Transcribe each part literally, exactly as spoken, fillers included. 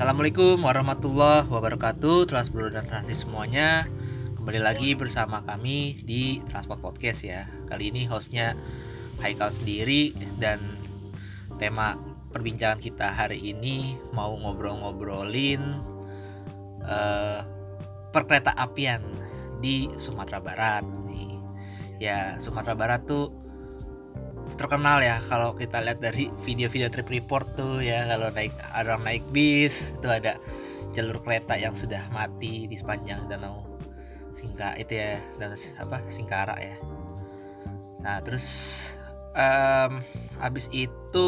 Assalamualaikum warahmatullahi wabarakatuh, Transpro dan Transit semuanya. Kembali lagi bersama kami di Transport Podcast ya. Kali ini hostnya Haikal sendiri, dan tema perbincangan kita hari ini mau ngobrol-ngobrolin uh, perkereta apian di Sumatera Barat nih. Ya, Sumatera Barat tuh terkenal ya kalau kita lihat dari video-video trip report tuh ya, kalau naik orang naik bis itu ada jalur kereta yang sudah mati di sepanjang danau Singka itu ya, dan apa Singkara ya. Nah terus um, habis itu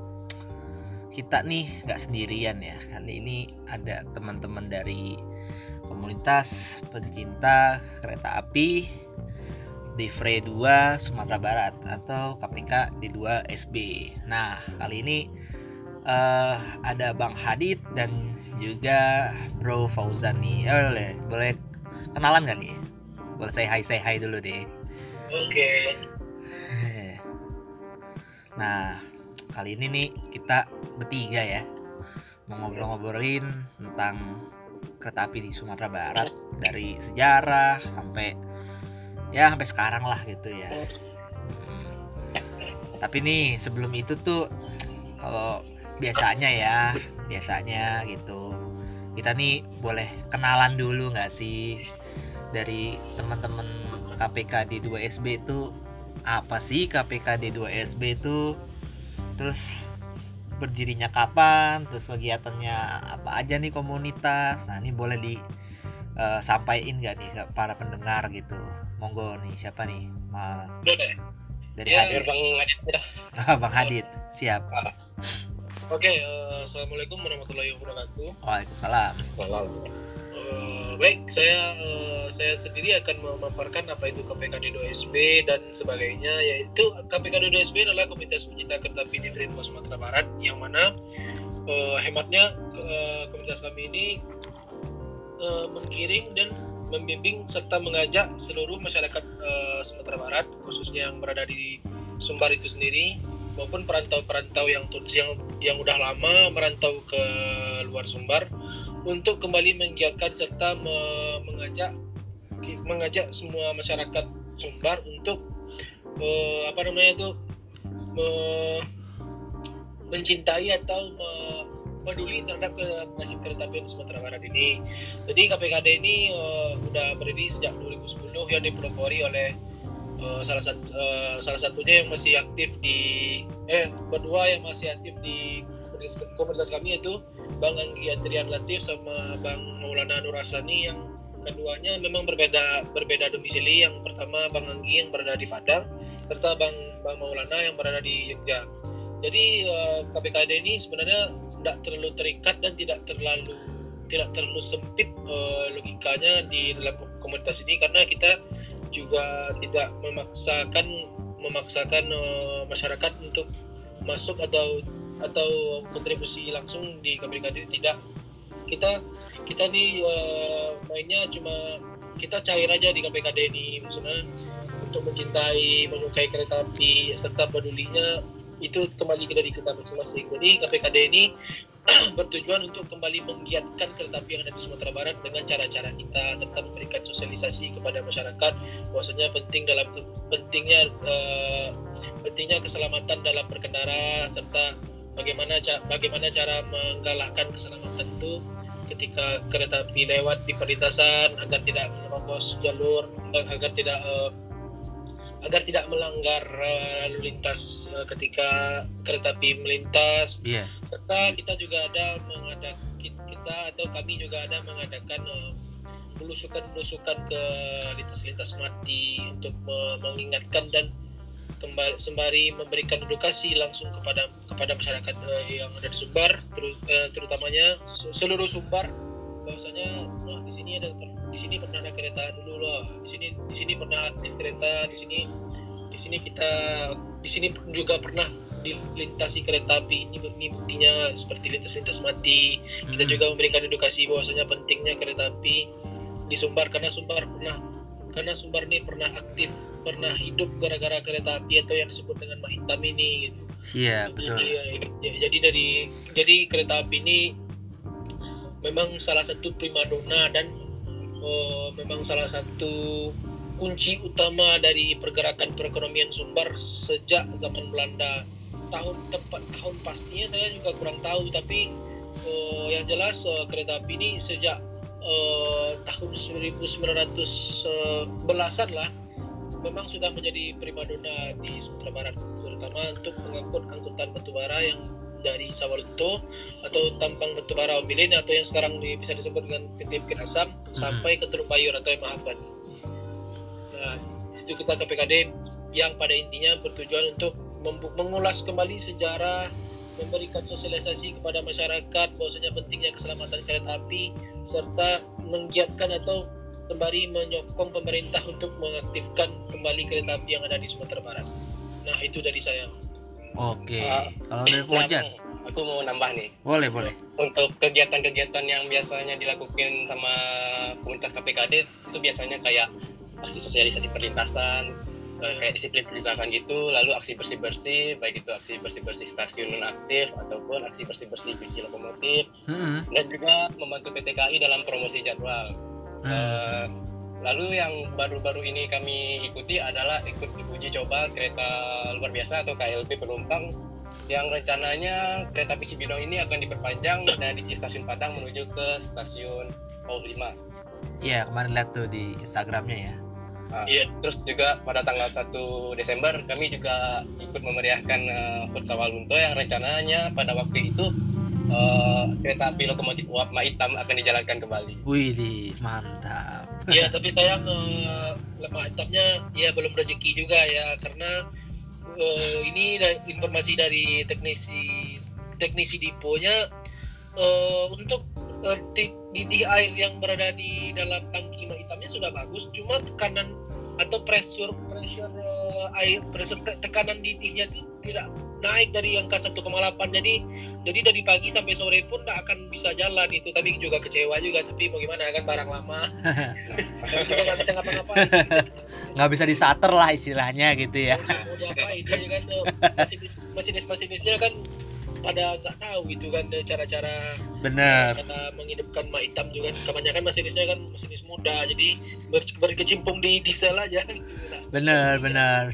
kita nih nggak sendirian ya, kali ini ada teman-teman dari komunitas pencinta kereta api Divre dua Sumatera Barat atau K P K D dua S B. Nah, kali ini uh, ada Bang Hadid dan juga Bro Fauzan nih. Oh, boleh, boleh kenalan gak nih? Boleh say hi say hi dulu deh. Oke. Okay. Nah, kali ini nih kita bertiga ya mau ngobrol-ngobrolin tentang kereta api di Sumatera Barat dari sejarah sampai ya sampai sekarang lah gitu ya. Hmm. Tapi nih sebelum itu tuh kalau biasanya ya biasanya gitu kita nih boleh kenalan dulu nggak sih dari teman-teman K P K D dua S B itu apa sih K P K D dua S B itu, terus berdirinya kapan, terus kegiatannya apa aja nih komunitas. Nah ini boleh di uh, sampaikan nggak nih ke para pendengar gitu. Monggo nih, siapa nih? Ma... Dari ya, Hadid. Bang Hadid ya. Ah, Bang Hadid, siap. Ah. Oke, okay, uh, assalamualaikum warahmatullahi wabarakatuh. Waalaikumsalam. Salam. Uh, baik, saya uh, saya sendiri akan memaparkan apa itu K P K D dua S B dan sebagainya. Yaitu K P K D dua S B adalah komunitas pencinta kereta api di Sumatera Barat, yang mana uh, hematnya uh, komunitas kami ini uh, menggiring dan membimbing serta mengajak seluruh masyarakat uh, Sumatera Barat, khususnya yang berada di Sumbar itu sendiri, maupun perantau-perantau yang yang yang udah lama merantau ke luar Sumbar, untuk kembali menggiatkan serta me- mengajak mengajak semua masyarakat Sumbar untuk uh, apa namanya itu me- mencintai atau me- peduli terhadap ke nasib kereta api di Sumatera Barat ini. Jadi K P K D ini uh, udah berdiri sejak dua ribu sepuluh yang dipelopori oleh uh, salah satu uh, salah satunya yang masih aktif di eh berdua yang masih aktif di komunitas, komunitas kami, yaitu Bang Anggi Adrian Latif sama Bang Maulana Nur Harsani, yang keduanya memang berbeda berbeda domisili. Yang pertama Bang Anggi yang berada di Padang, serta Bang Bang Maulana yang berada di Jogja. Jadi uh, K P K D ini sebenarnya tidak terlalu terikat dan tidak terlalu tidak terlalu sempit uh, logikanya di dalam komunitas ini, karena kita juga tidak memaksakan memaksakan uh, masyarakat untuk masuk atau atau kontribusi langsung di K P K D. Tidak, kita kita nih uh, mainnya cuma kita cair aja di K P K D ini, maksudnya untuk mencintai menyukai kereta api serta pedulinya itu kembali ke dari kita masing-masing. Jadi K P K D ini bertujuan untuk kembali menggiatkan kereta api yang ada di Sumatera Barat dengan cara-cara kita, serta memberikan sosialisasi kepada masyarakat bahwasanya penting dalam pentingnya uh, pentingnya keselamatan dalam berkendara, serta bagaimana bagaimana cara menggalakkan keselamatan itu ketika kereta api lewat di perlintasan, agar tidak menerobos jalur, agar tidak uh, agar tidak melanggar uh, lalu lintas uh, ketika kereta api melintas. Yeah. Serta kita juga ada mengadakan kita atau kami juga ada mengadakan uh, belusukan-belusukan ke lintas-lintas mati untuk uh, mengingatkan dan kembali sembari memberikan edukasi langsung kepada kepada masyarakat uh, yang ada di Sumbar, ter, uh, terutamanya seluruh Sumbar, bahwasanya wah di sini ada di sini pernah ada kereta dulu loh, di sini di sini pernah aktif kereta, di sini di sini kita di sini juga pernah dilintasi kereta api. Ini, ini buktinya seperti lintas-lintas mati. Hmm. Kita juga memberikan edukasi bahwasanya pentingnya kereta api di Sumbar, karena Sumbar pernah karena Sumbar ini pernah aktif, pernah hidup gara-gara kereta api atau yang disebut dengan Mah Hitam ini gitu. Iya, betul. Jadi, ya, jadi dari jadi kereta api ini memang salah satu primadona dan uh, memang salah satu kunci utama dari pergerakan perekonomian Sumbar sejak zaman Belanda. Tahun tepat tahun pastinya saya juga kurang tahu, tapi uh, yang jelas uh, kereta api ini sejak uh, tahun seribu sembilan ratus belasan lah memang sudah menjadi primadona di Sumatera Barat, terutama untuk mengangkut angkutan batubara yang dari Sawalunto atau tambang batubara Ombilin atau yang sekarang bisa disebut dengan P T Bukit Asam hmm. sampai ke Teluk Bayur atau Mahafan. Nah, itu kita K P K D yang pada intinya bertujuan untuk mengulas kembali sejarah, memberikan sosialisasi kepada masyarakat bahwasanya pentingnya keselamatan kereta api, serta menggiatkan atau sembari menyokong pemerintah untuk mengaktifkan kembali kereta api yang ada di Sumatera Barat. Nah, itu dari saya. Oke, uh, kalau dari Pojan, aku mau nambah nih. Boleh, boleh. Untuk kegiatan-kegiatan yang biasanya dilakukan sama komunitas K P K D itu biasanya kayak aksi sosialisasi perlintasan, hmm. kayak disiplin perlintasan gitu, lalu aksi bersih-bersih, baik itu aksi bersih-bersih stasiun non-aktif ataupun aksi bersih-bersih cuci lokomotif, hmm. dan juga membantu P T K I dalam promosi jadwal. Hmm. Uh, Lalu yang baru-baru ini kami ikuti adalah ikut uji coba kereta luar biasa atau K L B penumpang yang rencananya kereta api Cibinong ini akan diperpanjang dari stasiun Padang menuju ke stasiun Pauh lima. Iya, kemarin lihat tuh di Instagramnya ya. Nah, yeah. Terus juga pada tanggal satu Desember kami juga ikut memeriahkan uh, H U T Sawalunto yang rencananya pada waktu itu uh, kereta api lokomotif uap Ma Hitam akan dijalankan kembali. Wih, mantap. Ya, tapi sayang uh, lemak hitamnya ya belum rezeki juga ya, karena uh, ini da- informasi dari teknisi teknisi diponya uh, untuk uh, didih air yang berada di dalam tangki lemak hitamnya sudah bagus, cuma tekanan atau pressure pressure uh, air pressure te- tekanan didihnya itu tidak naik dari angka satu koma delapan, jadi jadi dari pagi sampai sore pun tidak akan bisa jalan itu. Tapi juga kecewa juga, tapi mau gimana kan barang lama juga nggak bisa ngapa-ngapain, nggak bisa distarter lah istilahnya gitu ya. Mau diapain dia kan, masinis-masinisnya kan pada nggak tahu gitu kan cara-cara benar cara menghidupkan mak hitam juga. Kebanyakan masinisnya kan masinis muda, jadi ber- berkecimpung di diesel aja. Benar benar.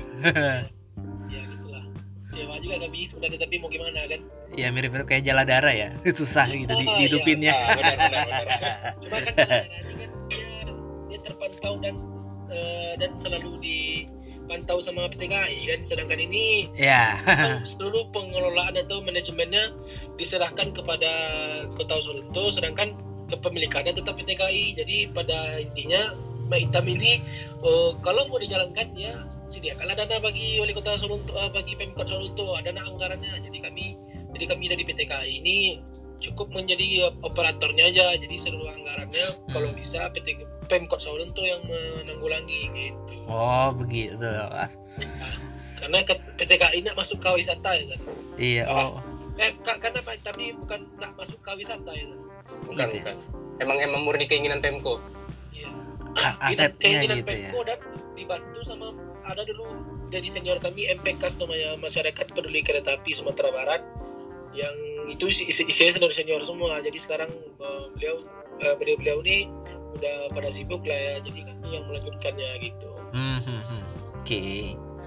Ya gitulah. Kecewa juga kami sebenarnya, tapi mau gimana kan? Ya mirip-mirip kayak Jaladara ya, susah gitu di, dihidupinnya. Ah, benar, benar, benar. Cuma kan Jaladara ini kan dia, dia terpantau dan uh, dan selalu dipantau sama P T K I kan, sedangkan ini ya seluruh pengelolaan atau manajemennya diserahkan kepada Kota Sawalunto, sedangkan kepemilikannya tetap P T K I. Jadi pada intinya Ma Hitam ini uh, kalau mau dijalankan ya sediakanlah dana bagi Wali Kota Sawalunto, uh, bagi Pemkot Sawalunto, dana anggarannya. Jadi kami jadi kami dari P T K I ini cukup menjadi operatornya aja, jadi seluruh anggarannya hmm. kalau bisa P T Pemkot Sawalunto yang menanggulangi gitu. Oh begitu. Nah, karena P T K I nak masuk ke wisata ya kan? Iya. Oh. Eh karena Pak tapi bukan nak masuk ke wisata ya kan? Bukan gitu. Bukan. Emang emang murni keinginan Pemko. Iya. Asetnya keinginan gitu Pemko ya. Dan dibantu sama ada dulu dari senior kami M P K S namanya, Masyarakat Peduli Kereta Api Sumatera Barat, yang itu isi isinya senior senior semua. Jadi sekarang uh, beliau uh, beliau beliau ini udah pada sibuk lah ya, jadi kami yang melanjutkannya gitu. Hmm, hmm, hmm. Oke. Okay.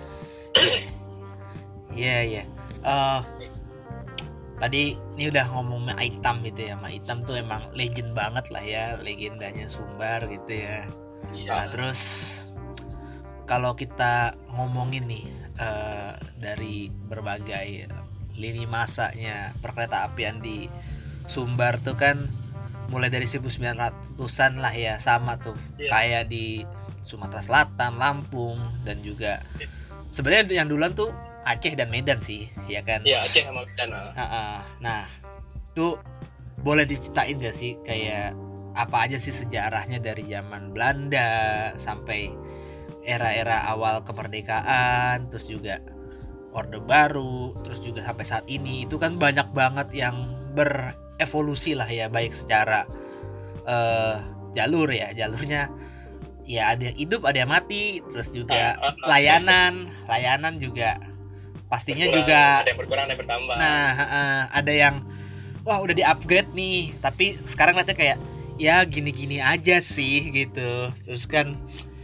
Iya ya. Uh, tadi ini udah ngomong Ma Hitam gitu ya. Ma Hitam tuh emang legend banget lah ya, legendanya Sumbar gitu ya. Iya. Nah, terus kalau kita ngomongin nih uh, dari berbagai lini masanya perkereta apian di Sumbar tuh kan mulai dari seribu sembilan ratusan lah ya, sama tuh yeah. kayak di Sumatera Selatan, Lampung, dan juga sebenarnya yang duluan tuh Aceh dan Medan sih, ya kan? Iya, Aceh sama Medan. Nah, nah tuh boleh diceritain gak sih kayak apa aja sih sejarahnya dari zaman Belanda sampai era-era awal kemerdekaan, terus juga Orde Baru, terus juga sampai saat ini. Itu kan banyak banget yang berevolusi lah ya, baik secara uh, jalur ya, jalurnya ya ada yang hidup, ada yang mati, terus juga layanan, layanan juga pastinya berkurang, juga ada yang berkurang, ada yang bertambah. Nah, uh, ada yang wah udah di-upgrade nih, tapi sekarang lihatnya kayak ya gini-gini aja sih gitu. Terus kan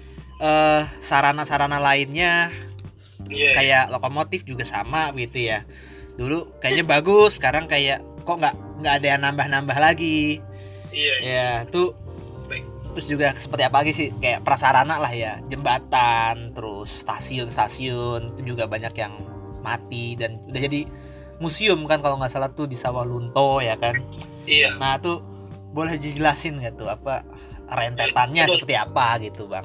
uh, sarana-sarana lainnya yeah. kayak lokomotif juga sama gitu ya. Dulu kayaknya bagus, sekarang kayak kok nggak nggak ada yang nambah-nambah lagi. Iya. Ya tuh. Baik. Terus juga seperti apa lagi sih, kayak prasarana lah ya, jembatan, terus stasiun-stasiun itu juga banyak yang mati dan udah jadi museum kan kalau nggak salah tuh di Sawalunto ya kan. Iya. Nah tuh boleh dijelasin nggak tuh apa rentetannya ya, seperti apa gitu bang?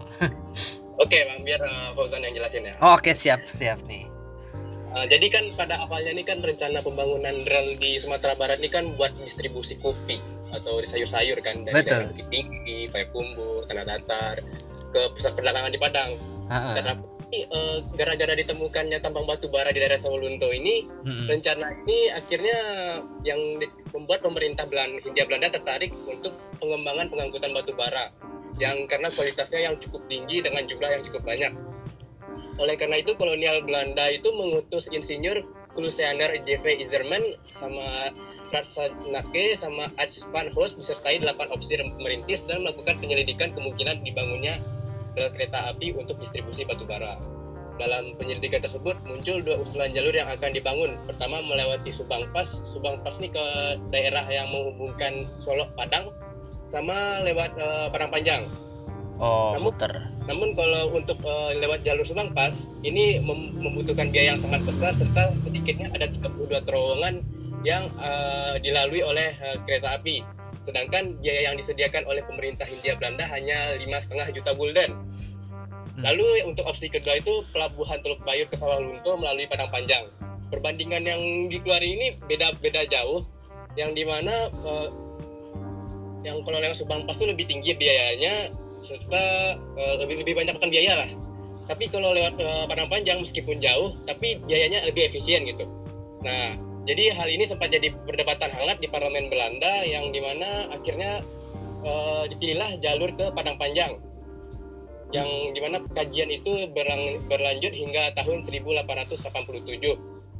Oke bang, biar uh, Fauzan yang jelasin ya. Oh, oke siap siap nih. Uh, jadi kan pada awalnya ini kan rencana pembangunan rel di Sumatera Barat ini kan buat distribusi kopi atau sayur-sayur kan dari daerah Bukit Tinggi, Payakumbuh, Tanah Datar ke pusat perdagangan di Padang. Uh-uh. Karena uh, gara-gara ditemukannya tambang batu bara di daerah Sawalunto ini, uh-uh. rencana ini akhirnya yang membuat pemerintah Belanda, Hindia Belanda tertarik untuk pengembangan pengangkutan batu bara yang karena kualitasnya yang cukup tinggi dengan jumlah yang cukup banyak. Oleh karena itu kolonial Belanda itu mengutus insinyur Kluseaner J V Izerman sama Ratsanake sama H. van Hoos disertai delapan ofisir merintis dan melakukan penyelidikan kemungkinan dibangunnya rel kereta api untuk distribusi batu bara. Dalam penyelidikan tersebut muncul dua usulan jalur yang akan dibangun. Pertama melewati Subang Pas. Subang Pas ini ke daerah yang menghubungkan Solo Padang sama lewat uh, Padang Panjang. Oh, namun, muter. Namun kalau untuk uh, lewat jalur Subang Pas ini mem- membutuhkan biaya yang sangat besar serta sedikitnya ada tiga puluh dua terowongan yang uh, dilalui oleh uh, kereta api. Sedangkan biaya yang disediakan oleh pemerintah Hindia Belanda hanya lima koma lima juta gulden. Hmm. Lalu untuk opsi kedua itu pelabuhan Teluk Bayur ke Sawalunto melalui Padang Panjang. Perbandingan yang dikeluarin ini beda-beda jauh, yang dimana uh, yang kalau lewat Subang Pas itu lebih tinggi biayanya serta uh, lebih lebih banyak makan biaya lah. Tapi kalau lewat uh, Padang Panjang meskipun jauh, tapi biayanya lebih efisien gitu. Nah, jadi hal ini sempat jadi perdebatan hangat di parlemen Belanda yang dimana akhirnya uh, dipilihlah jalur ke Padang Panjang. Yang dimana kajian itu berlang, berlanjut hingga tahun seribu delapan ratus delapan puluh tujuh.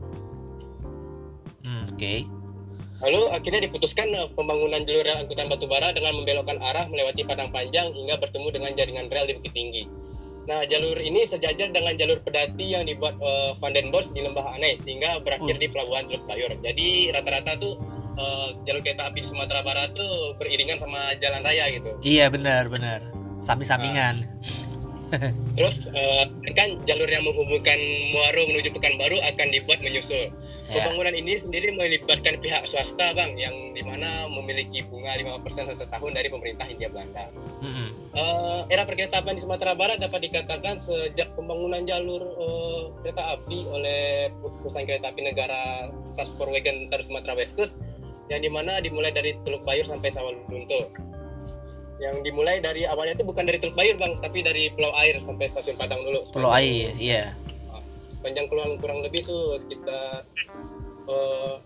Hmm, Oke. Okay. Lalu akhirnya diputuskan uh, pembangunan jalur rel angkutan batubara dengan membelokkan arah melewati Padang Panjang hingga bertemu dengan jaringan rel di Bukit Tinggi. Nah, jalur ini sejajar dengan jalur pedati yang dibuat uh, Van den Bosch di Lembah Anai sehingga berakhir uh. di pelabuhan Teluk Bayur. Jadi rata-rata tuh uh, jalur kereta api di Sumatera Barat tuh beriringan sama jalan raya gitu. Iya benar-benar, samping-sampingan. Nah. Terus uh, kan jalur yang menghubungkan Muaro menuju Pekanbaru akan dibuat menyusul. Ya. Pembangunan ini sendiri melibatkan pihak swasta bang, yang dimana memiliki bunga lima persen setahun dari pemerintah Hindia Belanda. Mm-hmm. Uh, era perkeretaapian di Sumatera Barat dapat dikatakan sejak pembangunan jalur uh, kereta api oleh perusahaan kereta api negara Stadspoorwegen Ter Sumatera West Coast, yang dimana dimulai dari Teluk Bayur sampai Sawalunto. Yang dimulai dari awalnya itu bukan dari Teluk Bayur bang, tapi dari Pulau Air sampai stasiun Padang dulu. Pulau Air, iya. Panjang kurang kurang lebih tuh sekitar uh,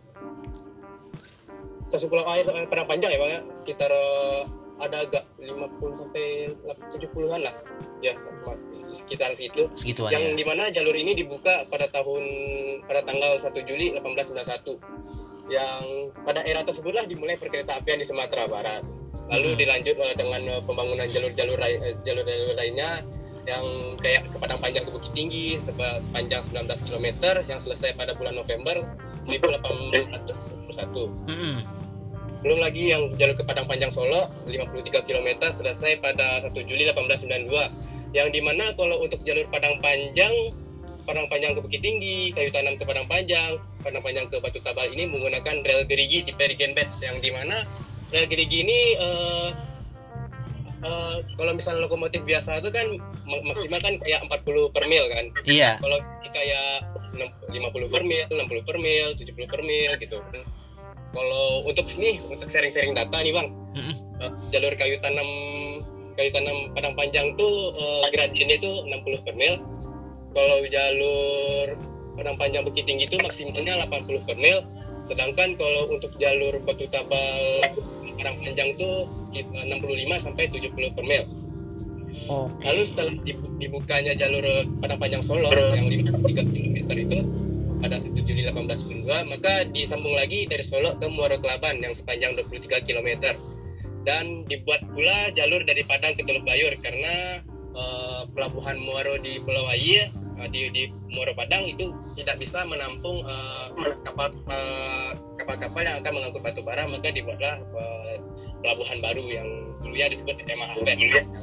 stasiun Pulau Air eh, Padang Panjang ya bang ya, sekitar uh, ada agak lima puluh sampai tujuh puluhan lah ya, sekitar segitu. Segituan, yang ya. Dimana jalur ini dibuka pada tahun pada tanggal satu Juli delapan belas sembilan puluh satu, yang pada era tersebutlah dimulai perkeretaapian di Sumatera Barat. Lalu hmm. dilanjut uh, dengan uh, pembangunan jalur-jalur uh, jalur-jalur lainnya yang kayak ke Padang Panjang ke Bukit Tinggi sepanjang sembilan belas kilometer yang selesai pada bulan November seribu delapan ratus sembilan puluh satu. Mm-hmm. Belum lagi yang jalur ke Padang Panjang Solo lima puluh tiga kilometer selesai pada satu Juli delapan belas sembilan puluh dua. Yang dimana kalau untuk jalur Padang Panjang Padang Panjang ke Bukit Tinggi, Kayu Tanam ke Padang Panjang, Padang Panjang ke Batu Tabal ini menggunakan rel gerigi tipe Rigenbets, yang dimana rel gerigi ini uh, Uh, kalau misalnya lokomotif biasa itu kan maksimal kan kayak empat puluh per mil kan. Iya. Kalau kayak lima puluh per mil, enam puluh per mil, tujuh puluh per mil gitu. Kalau untuk sini untuk sharing-sharing data nih bang, mm-hmm. uh, jalur kayu tanam kayu tanam Padang Panjang tuh uh, gradiennya itu enam puluh per mil. Kalau jalur Padang Panjang Bukit Tinggi itu maksimalnya delapan puluh per mil. Sedangkan kalau untuk jalur Batu Tabal Padang Panjang tuh sekitar enam puluh lima sampai tujuh puluh per mil. Oh. Lalu setelah dibukanya jalur Padang Panjang Solo yang lima puluh tiga kilometer itu pada satu Juli Juli delapan belas sembilan puluh dua, maka disambung lagi dari Solo ke Muaro Kelaban yang sepanjang dua puluh tiga kilometer. Dan dibuat pula jalur dari Padang ke Teluk Bayur karena uh, pelabuhan Muaro di Pulau Air uh, di, di Muaro Padang itu tidak bisa menampung uh, kapal uh, kapal-kapal yang akan mengangkut batu bara, maka dibuatlah uh, pelabuhan baru yang dulunya disebut M A H F.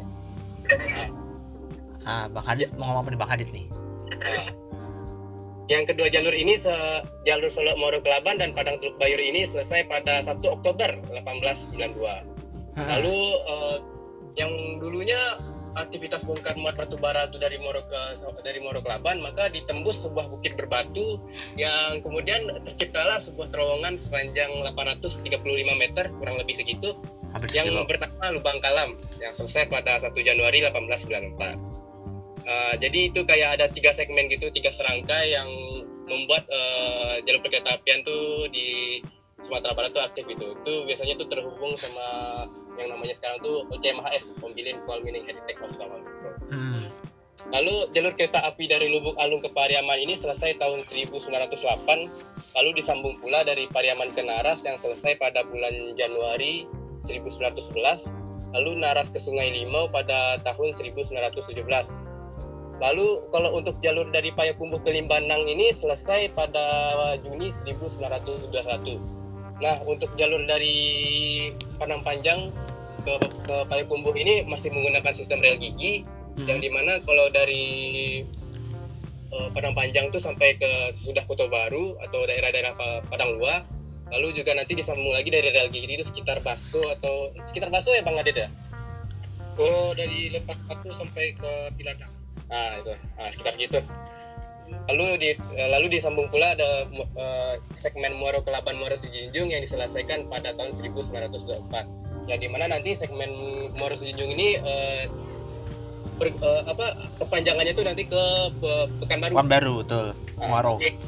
Ah, Bang Hadit mau ngomong apa nih Bang Hadit nih? Nah, yang kedua jalur ini se- jalur Solo Muaro Kelaban dan Padang Teluk Bayur ini selesai pada satu Oktober delapan belas sembilan puluh dua. Lalu uh, yang dulunya aktivitas bongkar muat batu bara itu dari Muaro ke dari Muaro Kelaban, maka ditembus sebuah bukit berbatu yang kemudian terciptalah sebuah terowongan sepanjang delapan ratus tiga puluh lima meter kurang lebih segitu, Hampir yang sekilo. bernama Lubang Kalam yang selesai pada satu Januari delapan belas sembilan puluh empat. Uh, jadi itu kayak ada tiga segmen gitu, tiga serangkai yang membuat uh, jalur perkereta apian tuh di Sumatera Barat tuh aktif gitu. Itu biasanya tuh terhubung sama yang namanya sekarang tuh O C M H S, Ombilin Coal Mining Heritage of Sabang. Hmm. Lalu jalur kereta api dari Lubuk Alung ke Pariaman ini selesai tahun seribu sembilan ratus delapan, lalu disambung pula dari Pariaman ke Naras yang selesai pada bulan Januari seribu sembilan ratus sebelas, lalu Naras ke Sungai Limau pada tahun seribu sembilan ratus tujuh belas. Lalu kalau untuk jalur dari Payakumbuh ke Limbanang ini selesai pada Juni seribu sembilan ratus dua puluh satu. Nah, untuk jalur dari Padang Panjang ke, ke Payakumbuh ini masih menggunakan sistem rel gigi, hmm. yang dimana kalau dari uh, Padang Panjang itu sampai ke sesudah Kota Baru atau daerah-daerah Padang Luar, lalu juga nanti disambung lagi dari rel gigi itu sekitar Baso atau sekitar Baso ya Bang Adit ya? Oh, dari Lepak Batu sampai ke Piladang. Nah itu, nah, sekitar segitu. Lalu di lalu disambung pula ada uh, segmen Muaro Kelaban Muaro Sejunjung yang diselesaikan pada tahun seribu sembilan ratus dua puluh empat. Yang dimana nanti segmen Muaro Sejunjung ini uh, ber, uh, apa perpanjangannya itu nanti ke Pe- Pekanbaru. Pekanbaru betul. Muaro. Nah,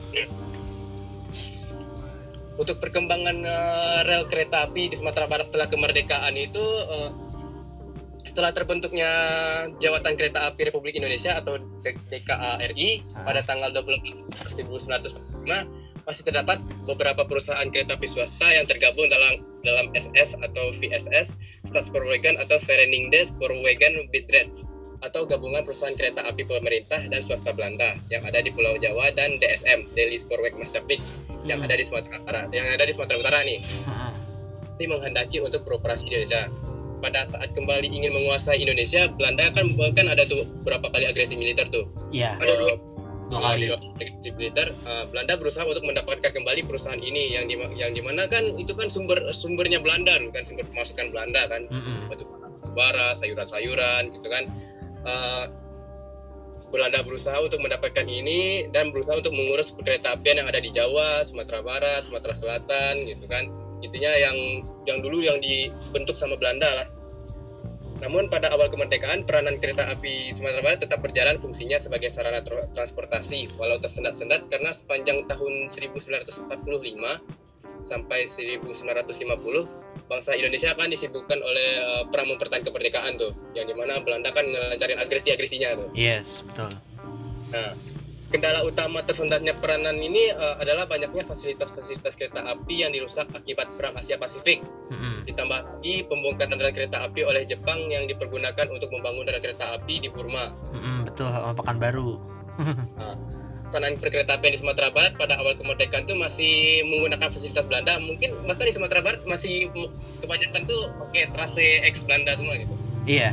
untuk perkembangan uh, rel kereta api di Sumatera Barat setelah kemerdekaan itu uh, setelah terbentuknya Jawatan Kereta Api Republik Indonesia atau D K A R I ah. pada tanggal dua puluh Oktober seribu sembilan ratus empat puluh lima masih terdapat beberapa perusahaan kereta api swasta yang tergabung dalam dalam S S atau V S S, Stadspoorwegen atau Verenigde Spoorwegen Bedrijf atau gabungan perusahaan kereta api pemerintah dan swasta Belanda yang ada di Pulau Jawa, dan D S M Delhi Spoorwegmaatschappij hmm. yang ada di Sumatera Barat, yang ada di Sumatera Utara nih. Hmm. Ini menghendaki untuk beroperasi di Indonesia. Pada saat kembali ingin menguasai Indonesia, Belanda kan kan ada tuh beberapa kali agresi militer tuh. Iya. Ada dua, dua kali agresi militer. Uh, Belanda berusaha untuk mendapatkan kembali perusahaan ini yang di, yang dimana kan itu kan sumber sumbernya Belanda loh kan, sumber pemasukan Belanda kan. Mm-hmm. Batu bara, sayuran-sayuran gitu kan. Uh, Belanda berusaha untuk mendapatkan ini dan berusaha untuk mengurus kereta apian yang ada di Jawa, Sumatera Barat, Sumatera Selatan gitu kan. Intinya yang yang dulu yang dibentuk sama Belanda lah. Namun pada awal kemerdekaan, peranan kereta api Sumatera Barat tetap berjalan fungsinya sebagai sarana tr- transportasi walau tersendat-sendat karena sepanjang tahun seribu sembilan ratus empat puluh lima sampai seribu sembilan ratus lima puluh bangsa Indonesia kan disibukkan oleh uh, perang mempertahankan kemerdekaan tuh, yang dimana Belanda kan ngelancarin agresi-agresinya tuh. Yes, betul. Nah, kendala utama tersendatnya peranan ini uh, adalah banyaknya fasilitas-fasilitas kereta api yang dirusak akibat Perang Asia Pasifik. Mm-hmm. Ditambah lagi pembongkaran rel kereta api oleh Jepang yang dipergunakan untuk membangun rel kereta api di Burma. Mm-hmm, betul, Pekanbaru. Nah, pelaksanaan kereta api di Sumatera Barat pada awal kemerdekaan itu masih menggunakan fasilitas Belanda. Mungkin bahkan di Sumatera Barat masih kebanyakan tuh pakai trase ex Belanda semua gitu. Iya.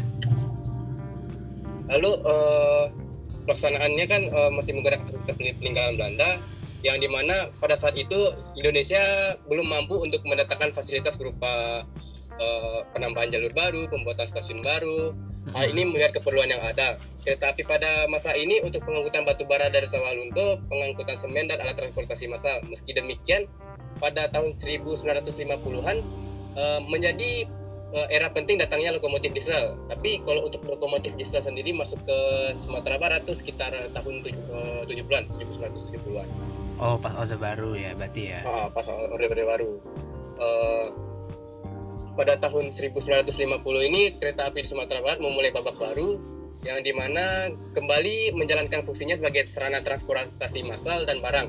Lalu uh, pelaksanaannya kan uh, masih menggunakan fasilitas peninggalan Belanda, yang dimana pada saat itu Indonesia belum mampu untuk mendatangkan fasilitas berupa uh, penambahan jalur baru, pembuatan stasiun baru. Hal uh, ini melihat keperluan yang ada. Kereta api pada masa ini untuk pengangkutan batu bara dari Sawalunto, pengangkutan semen dan alat transportasi massal. Meski demikian, pada tahun seribu sembilan ratus lima puluhan uh, menjadi uh, era penting datangnya lokomotif diesel. Tapi kalau untuk lokomotif diesel sendiri masuk ke Sumatera Barat tuh sekitar tahun tujuh puluhan, seribu sembilan ratus tujuh puluhan. Oh, pas Orde Baru ya, berarti ya? Oh, pas Orde Baru. Uh, pada tahun seribu sembilan ratus lima puluh ini kereta api di Sumatera Barat memulai babak baru, yang dimana kembali menjalankan fungsinya sebagai sarana transportasi massal dan barang.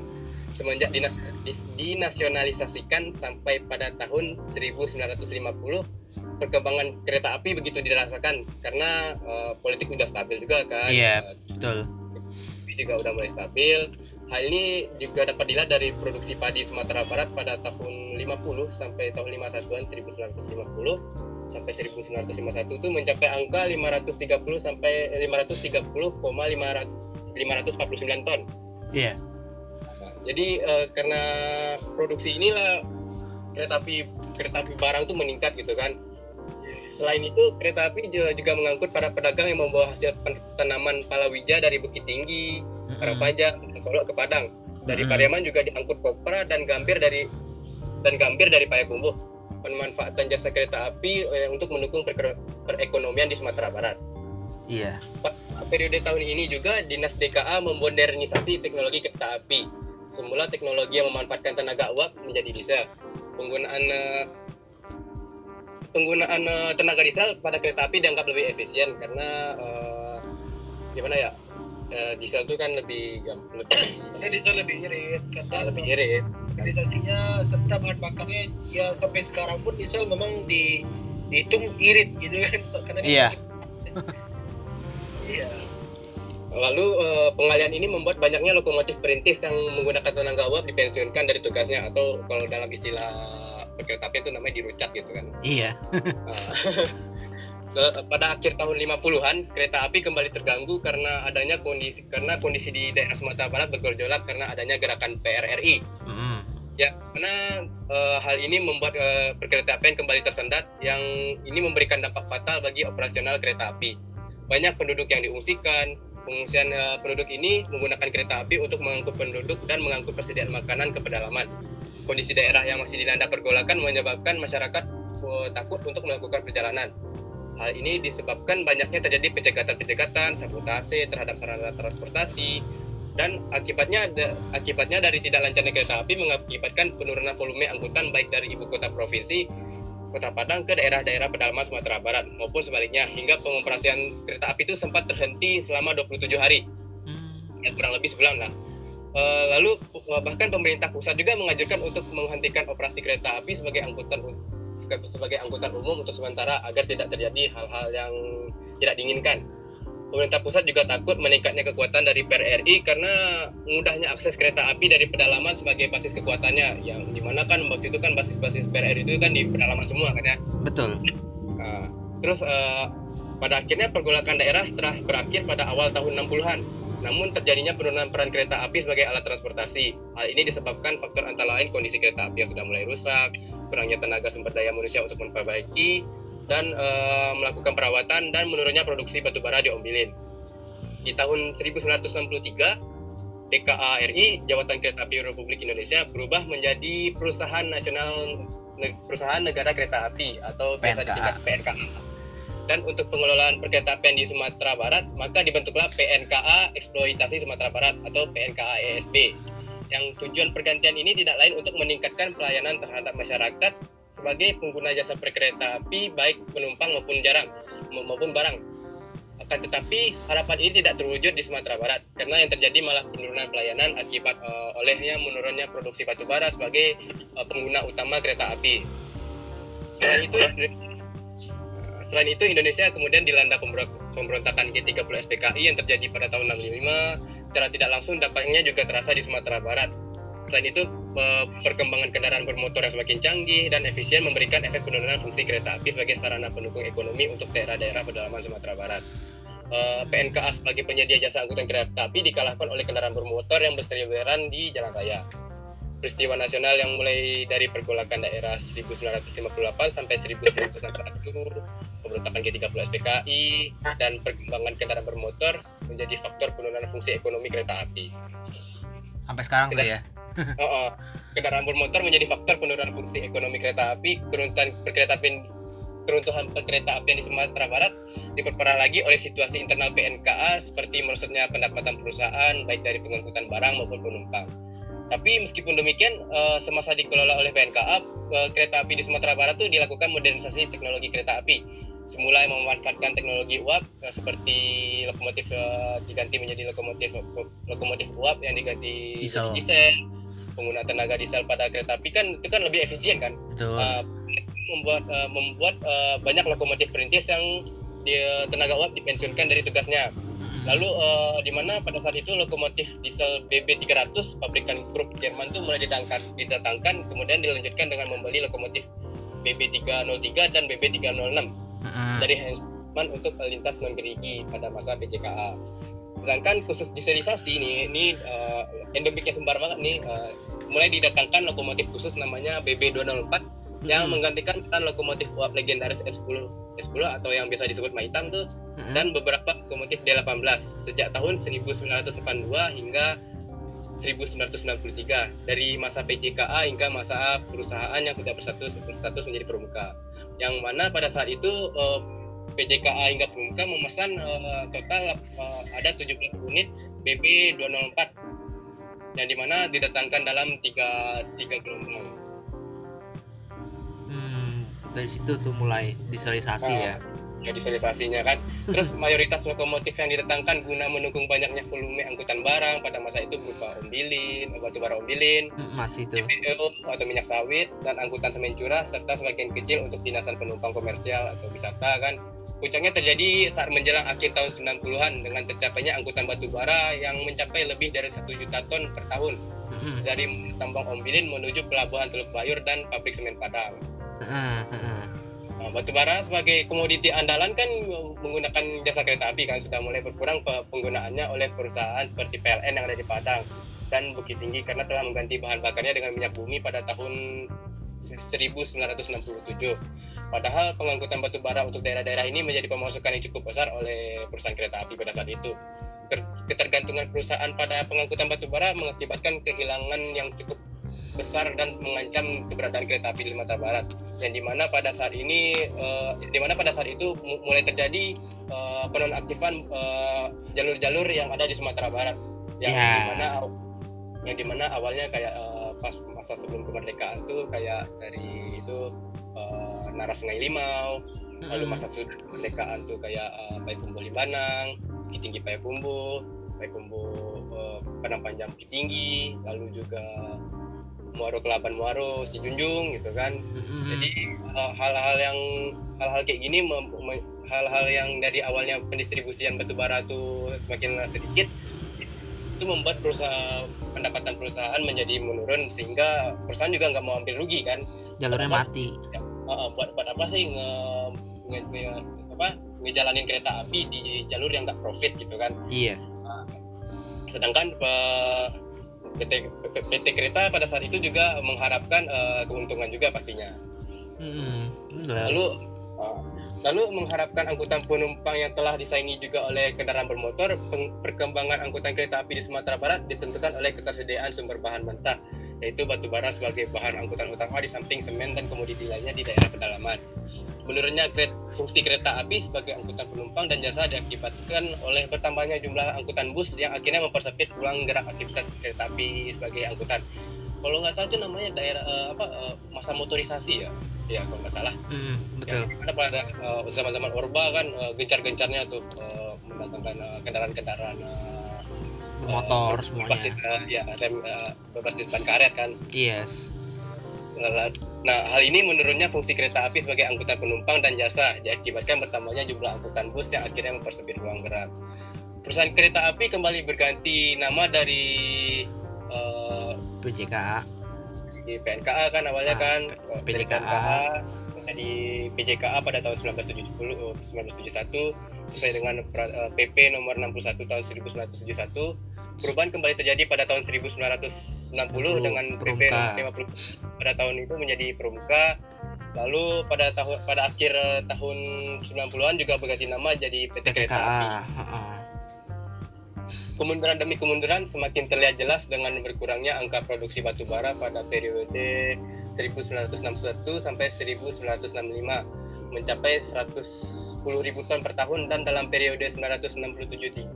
semenjak dinas, dis, dinasionalisasikan sampai pada tahun seribu sembilan ratus lima puluh. Perkembangan kereta api begitu dirasakan karena uh, politik udah stabil juga kan. Iya, betul. Juga udah mulai stabil. Hal ini juga dapat dilihat dari produksi padi Sumatera Barat pada tahun lima puluh sampai tahun lima puluh satuan seribu sembilan ratus lima puluh sampai seribu sembilan ratus lima puluh satu itu mencapai angka lima ratus tiga puluh sampai lima ratus tiga puluh koma lima ratus empat puluh sembilan ton. Iya. Nah, jadi uh, karena produksi inilah kereta api kereta api barang tuh meningkat gitu kan. Selain itu, kereta api juga, juga mengangkut para pedagang yang membawa hasil tanaman palawija dari Bukit Tinggi, Karangpanjang, mm-hmm. Solo ke Padang. Dari mm-hmm. Pariaman juga diangkut kopra dan gambir dari dan gambir dari Payakumbuh. Pemanfaatan jasa kereta api eh, untuk mendukung per- perekonomian di Sumatera Barat. Iya. Yeah. Periode tahun ini juga Dinas D K A memodernisasi teknologi kereta api. Semula teknologi yang memanfaatkan tenaga uap menjadi diesel. Penggunaan uh, penggunaan uh, tenaga diesel pada kereta api dianggap lebih efisien karena uh, gimana ya, uh, diesel itu kan lebih lebih karena diesel lebih irit karena uh, lebih irit modernisasinya serta bahan bakarnya ya sampai sekarang pun diesel memang di, dihitung irit gitu kan karena iya. Iya. Lalu uh, pengalihan ini membuat banyaknya lokomotif perintis yang menggunakan tenaga uap dipensiunkan dari tugasnya, atau kalau dalam istilah kereta api itu namanya dirucat gitu kan. Iya. uh, pada akhir tahun lima puluhan kereta api kembali terganggu karena adanya kondisi karena kondisi di daerah Sumatera Barat bergejolak karena adanya gerakan P R R I. Mm. Ya, karena uh, hal ini membuat uh, perkeretaapian kembali tersendat, yang ini memberikan dampak fatal bagi operasional kereta api. Banyak penduduk yang diungsikan. Pengungsian uh, penduduk ini menggunakan kereta api untuk mengangkut penduduk dan mengangkut persediaan makanan ke pedalaman. Kondisi daerah yang masih dilanda pergolakan menyebabkan masyarakat uh, takut untuk melakukan perjalanan. Hal ini disebabkan banyaknya terjadi pencegatan-pencegatan, sabotase terhadap sarana transportasi, dan akibatnya akibatnya dari tidak lancarnya kereta api mengakibatkan penurunan volume angkutan baik dari ibu kota provinsi, Kota Padang ke daerah-daerah pedalaman Sumatera Barat maupun sebaliknya, hingga pengoperasian kereta api itu sempat terhenti selama dua puluh tujuh hari. Hmm. Ya kurang lebih sebulan lah. Uh, lalu bahkan pemerintah pusat juga menganjurkan untuk menghentikan operasi kereta api sebagai angkutan sebagai angkutan umum untuk sementara agar tidak terjadi hal-hal yang tidak diinginkan. Pemerintah pusat juga takut meningkatnya kekuatan dari P R R I karena mudahnya akses kereta api dari pedalaman sebagai basis kekuatannya, yang dimana kan waktu itu kan basis-basis P R R I itu kan di pedalaman semua kan ya. Betul. Nah, terus uh, pada akhirnya pergolakan daerah telah berakhir pada awal tahun enam puluhan. Namun terjadinya penurunan peran kereta api sebagai alat transportasi. Hal ini disebabkan faktor antara lain kondisi kereta api yang sudah mulai rusak, kurangnya tenaga sumber daya manusia untuk memperbaiki dan uh, melakukan perawatan, dan menurunnya produksi batubara di Ombilin. Di tahun seribu sembilan ratus enam puluh tiga, D K A R I, Jawatan Kereta Api Republik Indonesia, berubah menjadi Perusahaan Nasional Perusahaan Negara Kereta Api atau biasa disingkat P N K A. Dan untuk pengelolaan perkeretaapian di Sumatera Barat, maka dibentuklah P N K A Eksploitasi Sumatera Barat atau P N K A E S B. Yang tujuan pergantian ini tidak lain untuk meningkatkan pelayanan terhadap masyarakat sebagai pengguna jasa perkereta api, baik penumpang maupun jarang maupun barang. Akan tetapi harapan ini tidak terwujud di Sumatera Barat karena yang terjadi malah penurunan pelayanan akibat uh, olehnya menurunnya produksi batubara sebagai uh, pengguna utama kereta api. Selain itu, selain itu Indonesia kemudian dilanda pemberontakan G tiga puluh S P K I yang terjadi pada tahun enam puluh lima. Secara tidak langsung dampaknya juga terasa di Sumatera Barat. Selain itu, perkembangan kendaraan bermotor yang semakin canggih dan efisien memberikan efek penurunan fungsi kereta api sebagai sarana pendukung ekonomi untuk daerah-daerah pedalaman Sumatera Barat. P N K A sebagai penyedia jasa angkutan kereta api dikalahkan oleh kendaraan bermotor yang berseliweran di jalan raya. Peristiwa nasional yang mulai dari pergolakan daerah seribu sembilan ratus lima puluh delapan sampai seribu sembilan ratus enam puluh satu, pemberontakan G tiga puluh S P K I, dan perkembangan kendaraan bermotor menjadi faktor penurunan fungsi ekonomi kereta api. Sampai sekarang tuh ya. Oh, oh. Kendaraan bermotor menjadi faktor penurunan fungsi ekonomi kereta api. Keruntuhan perkeretaapian keruntuhan perkeretaapian di Sumatera Barat diperparah lagi oleh situasi internal P N K A seperti merosotnya pendapatan perusahaan baik dari pengangkutan barang maupun penumpang. Tapi meskipun demikian, semasa dikelola oleh P N K A, kereta api di Sumatera Barat itu dilakukan modernisasi teknologi kereta api. Semula yang memanfaatkan teknologi uap seperti lokomotif diganti menjadi lokomotif lokomotif uap yang diganti diesel. diesel. penggunaan tenaga diesel pada kereta api kan itu kan lebih efisien kan. Betul. Uh, membuat uh, membuat uh, banyak lokomotif perintis yang dia, tenaga uap dipensiunkan dari tugasnya. Lalu uh, di mana pada saat itu lokomotif diesel B B tiga ratus pabrikan Krupp Jerman tuh mulai didatangkan, didatangkan kemudian dilanjutkan dengan membeli lokomotif B B tiga nol tiga dan B B tiga nol enam uh-huh. dari Heinzmann untuk lintas non gerigi pada masa P J K A. Sedangkan khusus dieselisasi ini ini uh, endemiknya Sumbar banget nih, uh, mulai didatangkan lokomotif khusus namanya B B dua nol empat hmm. yang menggantikan peran lokomotif uap legendaris S sepuluh S sepuluh atau yang biasa disebut Maitam tuh hmm. dan beberapa lokomotif D delapan belas sejak tahun seribu sembilan ratus delapan puluh dua hingga seribu sembilan ratus sembilan puluh tiga dari masa P J K A hingga masa perusahaan yang sudah berstatus berstatus menjadi pramuka, yang mana pada saat itu uh, P J K A hingga pramuka memesan uh, total uh, ada tujuh belas unit B B dua nol empat yang dimana didatangkan dalam tiga gelombang. Hmm, dari situ tuh mulai dieselisasi nah, ya. Ya dieselisasinya kan. Terus mayoritas lokomotif yang didatangkan guna mendukung banyaknya volume angkutan barang pada masa itu berupa ombilin, batu bara ombilin, masih itu C P O atau minyak sawit dan angkutan semen curah serta sebagian kecil untuk dinasan penumpang komersial atau wisata kan. Puncaknya terjadi saat menjelang akhir tahun sembilan puluhan dengan tercapainya angkutan batu bara yang mencapai lebih dari satu juta ton per tahun mm-hmm. dari tambang ombilin menuju pelabuhan Teluk Bayur dan pabrik semen Padang. Mm-hmm. Nah, batu bara sebagai komoditi andalan kan menggunakan jasa kereta api kan sudah mulai berkurang penggunaannya oleh perusahaan seperti P L N yang ada di Padang dan Bukit Tinggi karena telah mengganti bahan bakarnya dengan minyak bumi pada tahun seribu sembilan ratus enam puluh tujuh. Padahal pengangkutan batu bara untuk daerah-daerah ini menjadi pemasukan yang cukup besar oleh perusahaan kereta api pada saat itu. Ketergantungan perusahaan pada pengangkutan batu bara mengakibatkan kehilangan yang cukup besar dan mengancam keberadaan kereta api di Sumatera Barat. Yang dimana pada saat ini, uh, dimana pada saat itu mulai terjadi uh, penonaktifan uh, jalur-jalur yang ada di Sumatera Barat, yang yeah. dimana yang dimana awalnya kayak uh, pas masa sebelum kemerdekaan tuh kayak dari itu uh, Naras Sungai Limau, mm-hmm. lalu masa sudah kemerdekaan tuh kayak uh, Payakumbuh Limbanang, Bukit Tinggi Payakumbuh, Payakumbuh uh, Padang Panjang Bukit Tinggi, lalu juga Muaro Kelaban Muaro Sijunjung gitu kan. Mm-hmm. Jadi uh, hal-hal yang hal-hal kayak gini mem- mem- hal-hal yang dari awalnya pendistribusian batubara tuh semakin sedikit itu membuat perusahaan pendapatan perusahaan menjadi menurun sehingga perusahaan juga nggak mau ambil rugi kan. Jalurnya apa, mati. Ya, uh, buat buat apa sih nge, nge, nge apa ngejalanin kereta api di jalur yang nggak profit gitu kan. Iya. Uh, sedangkan uh, P T, P T Kereta pada saat itu juga mengharapkan uh, keuntungan juga pastinya. Hmm, lalu uh, lalu mengharapkan angkutan penumpang yang telah disaingi juga oleh kendaraan bermotor. Peng- perkembangan angkutan kereta api di Sumatera Barat ditentukan oleh ketersediaan sumber bahan mentah, yaitu batu bara sebagai bahan angkutan utama di samping semen dan komoditi lainnya di daerah pedalaman. Menurutnya fungsi kereta api sebagai angkutan penumpang dan jasa diakibatkan oleh bertambahnya jumlah angkutan bus yang akhirnya mempersempit ruang gerak aktivitas kereta api sebagai angkutan. Kalau nggak salah itu namanya daerah uh, apa uh, masa motorisasi ya, ya kalau nggak salah. Hmm, betul. Ya, pada uh, zaman-zaman Orba kan uh, gencar-gencarnya tuh uh, mendatangkan uh, kendaraan-kendaraan uh, motor uh, semuanya. Berbasis uh, ya rem uh, berbasis ban karet kan. Yes. Nah, hal ini menurunnya fungsi kereta api sebagai angkutan penumpang dan jasa diakibatkan bertambahnya jumlah angkutan bus yang akhirnya mempersempit ruang gerak. Perusahaan kereta api kembali berganti nama dari uh, P J K A. Di P N K A kan awalnya ah, kan P J K A jadi P J K A pada tahun sembilan belas tujuh puluh sembilan belas tujuh puluh satu sesuai dengan uh, P P nomor enam puluh satu tahun seribu sembilan ratus tujuh puluh satu. Perubahan kembali terjadi pada tahun seribu sembilan ratus enam puluh dengan P P lima puluh pada tahun itu menjadi Pramuka. Lalu pada tahun pada akhir tahun sembilan puluhan juga berganti nama jadi P T Kereta Api. Kemunduran demi kemunduran semakin terlihat jelas dengan berkurangnya angka produksi batu bara pada periode seribu sembilan ratus enam puluh satu sampai seribu sembilan ratus enam puluh lima mencapai seratus sepuluh ribu ton per tahun, dan dalam periode seribu sembilan ratus enam puluh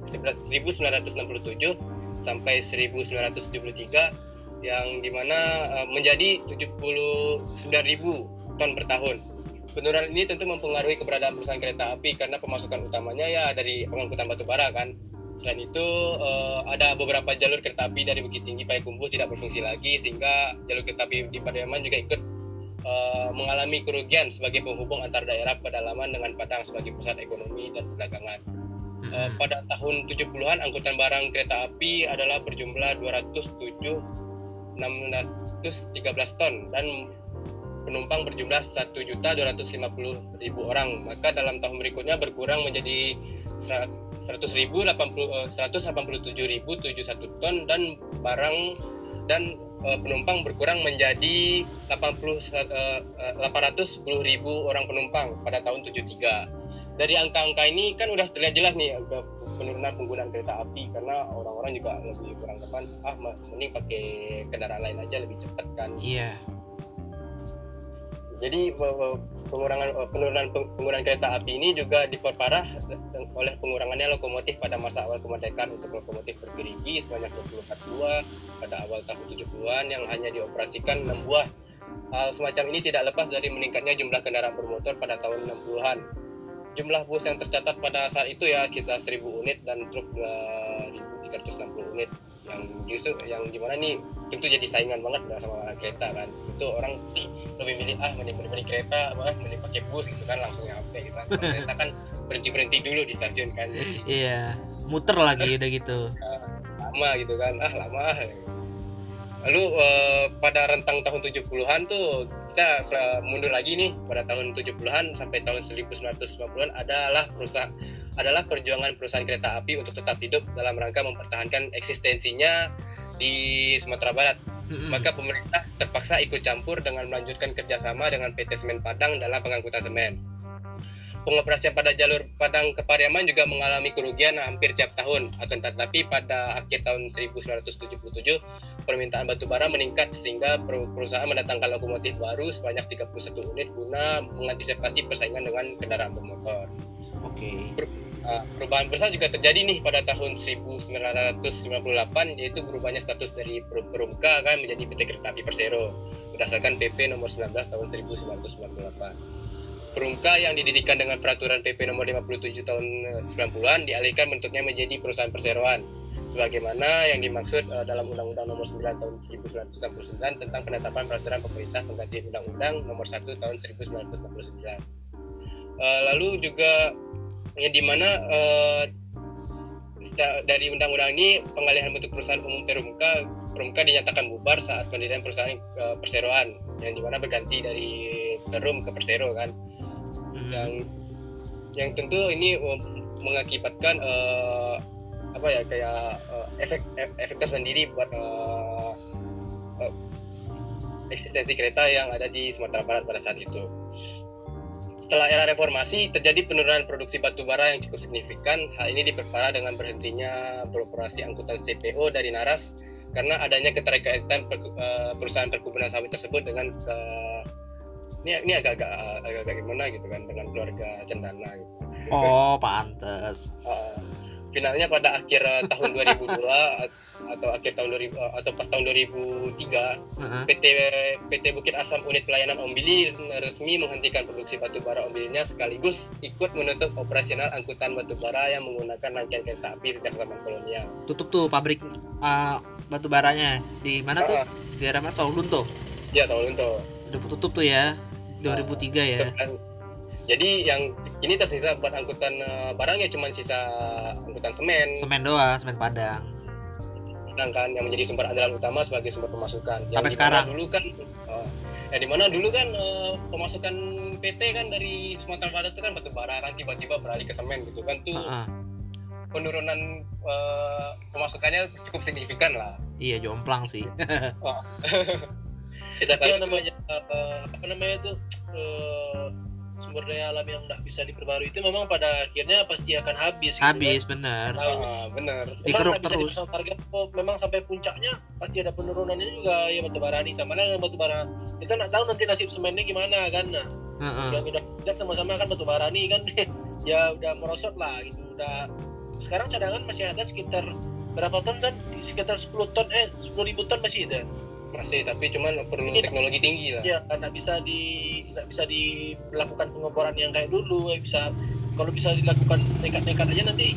tujuh sampai seribu sembilan ratus tujuh puluh tiga yang dimana uh, menjadi tujuh puluh sembilan ribu ton per tahun. Penurunan ini tentu mempengaruhi keberadaan perusahaan kereta api karena pemasukan utamanya ya dari pengangkutan batu bara kan. Selain itu uh, ada beberapa jalur kereta api dari Bukit Tinggi Payakumbuh tidak berfungsi lagi, sehingga jalur kereta api di Pariaman juga ikut uh, mengalami kerugian sebagai penghubung antar daerah pedalaman dengan Padang sebagai pusat ekonomi dan perdagangan. Uh, pada tahun tujuh puluhan angkutan barang kereta api adalah berjumlah dua ratus tujuh ribu enam ratus tiga belas ton dan penumpang berjumlah satu juta dua ratus lima puluh ribu orang. Maka dalam tahun berikutnya berkurang menjadi seratus ribu seratus delapan puluh tujuh ribu tujuh puluh satu ton dan barang dan uh, penumpang berkurang menjadi delapan ratus sepuluh ribu orang penumpang pada tahun tujuh puluh tiga. Dari angka-angka ini kan udah terlihat jelas nih penurunan penggunaan kereta api, karena orang-orang juga lebih kurang teman, ah mending pakai kendaraan lain aja lebih cepat kan. Iya. Jadi pengurangan penurunan penggunaan kereta api ini juga diperparah oleh pengurangannya lokomotif pada masa awal kemerdekaan. Untuk lokomotif bergerigi sebanyak dua puluh empat buah pada awal tahun tujuh puluhan yang hanya dioperasikan enam buah. Hal semacam ini tidak lepas dari meningkatnya jumlah kendaraan bermotor pada tahun enam puluhan. Jumlah bus yang tercatat pada saat itu ya kita seribu unit dan truk dua ribu tiga ratus enam puluh unit, yang justru yang dimana nih tentu jadi saingan banget sama kereta kan. Itu orang sih lebih milih ah mending mending kereta, malah mending pakai bus gitu kan, langsung nyampe gitu kan. Kalau kereta kan berhenti-berhenti dulu di stasiun kan. Iya, muter lagi udah gitu. Lama gitu kan, ah lama. Lalu uh, pada rentang tahun tujuh puluhan tuh kita uh, mundur lagi nih, pada tahun tujuh puluhan sampai tahun seribu sembilan ratus sembilan puluhan adalah perusahaan adalah perjuangan perusahaan kereta api untuk tetap hidup dalam rangka mempertahankan eksistensinya di Sumatera Barat. Mm-hmm. Maka pemerintah terpaksa ikut campur dengan melanjutkan kerjasama dengan P T Semen Padang dalam pengangkutan semen. Pengoperasian pada jalur Padang ke Pariaman juga mengalami kerugian hampir tiap tahun. Akan tetapi pada akhir tahun seribu sembilan ratus tujuh puluh tujuh permintaan batu bara meningkat sehingga perusahaan mendatangkan lokomotif baru sebanyak tiga puluh satu unit guna mengantisipasi persaingan dengan kendaraan bermotor. Oke. Okay. Perubahan besar juga terjadi nih pada tahun seribu sembilan ratus sembilan puluh delapan, yaitu berubahnya status dari Perumka kan menjadi P T Kereta Api Persero berdasarkan P P nomor sembilan belas tahun seribu sembilan ratus sembilan puluh delapan. Perumka yang didirikan dengan peraturan P P nomor lima puluh tujuh tahun sembilan puluhan dialihkan bentuknya menjadi perusahaan perseroan sebagaimana yang dimaksud uh, dalam Undang-Undang nomor sembilan tahun seribu sembilan ratus enam puluh sembilan tentang penetapan peraturan pemerintah pengganti Undang-Undang nomor satu tahun seribu sembilan ratus enam puluh sembilan. Uh, lalu juga yang dimana uh, dari undang-undang ini pengalihan bentuk perusahaan umum Perumka Perumka dinyatakan bubar saat pendirian perusahaan uh, perseroan yang dimana berganti dari Perum ke Persero kan. Yang yang tentu ini uh, mengakibatkan uh, apa ya kayak uh, efek efek tersendiri buat uh, uh, eksistensi kereta yang ada di Sumatera Barat pada saat itu. Setelah era reformasi terjadi penurunan produksi batu bara yang cukup signifikan. Hal ini diperparah dengan berhentinya beroperasi angkutan C P O dari Naras karena adanya keterkaitan per, uh, perusahaan perkebunan sawit tersebut dengan uh, ini ini agak-agak agak-agak gimana gitu kan dengan keluarga Cendana gitu. Oh, pantes. Uh, finalnya pada akhir uh, tahun dua ribu dua atau akhir tahun dua ribu uh, atau pas tahun dua ribu tiga uh-huh. P T P T Bukit Asam Unit Pelayanan Ombili resmi menghentikan produksi batu bara ombilinya sekaligus ikut menutup operasional angkutan batu bara yang menggunakan rangkaian kereta api sejak zaman kolonial. Tutup tuh pabrik uh, batu baranya di mana tuh? Uh, di daerah mana? Sawalunto. Iya, Sawalunto. Udah tutup tuh ya. dua ribu tiga ya. Jadi yang ini tersisa buat angkutan uh, barangnya cuma sisa angkutan semen. Semen doang, semen Padang. Padang kan yang menjadi sumber andalan utama sebagai sumber pemasukan. Sampai sekarang. Dulu kan, uh, ya di mana dulu kan uh, pemasukan P T kan dari Sumatera Barat itu kan batu bara kan tiba-tiba beralih ke semen gitu kan tuh. Uh-uh. Penurunan uh, pemasukannya cukup signifikan lah. Iya, jomplang sih. Oh. Kita kan namanya uh, apa namanya itu uh, sumber daya alam yang tidak bisa diperbarui itu memang pada akhirnya pasti akan habis. Habis, gitu, benar. Ah, benar. Dikeruk terus. Target oh, memang sampai puncaknya pasti ada penurunannya juga ya batu bara nih sama dengan batu bara. Kita nggak tahu nanti nasib semennya gimana kan. Nah, uh-uh. yang udah lihat sama-sama kan batu bara nih kan ya udah merosot lah gitu. Udah sekarang cadangan masih ada sekitar berapa ton kan? Sekitar sepuluh ton eh sepuluh ribu ton masih ada. Masih, tapi cuman perlu ini, teknologi tinggi lah. Iya, karena bisa di nggak bisa dilakukan pengeboran yang kayak dulu, ya bisa kalau bisa dilakukan nekat-nekat aja nanti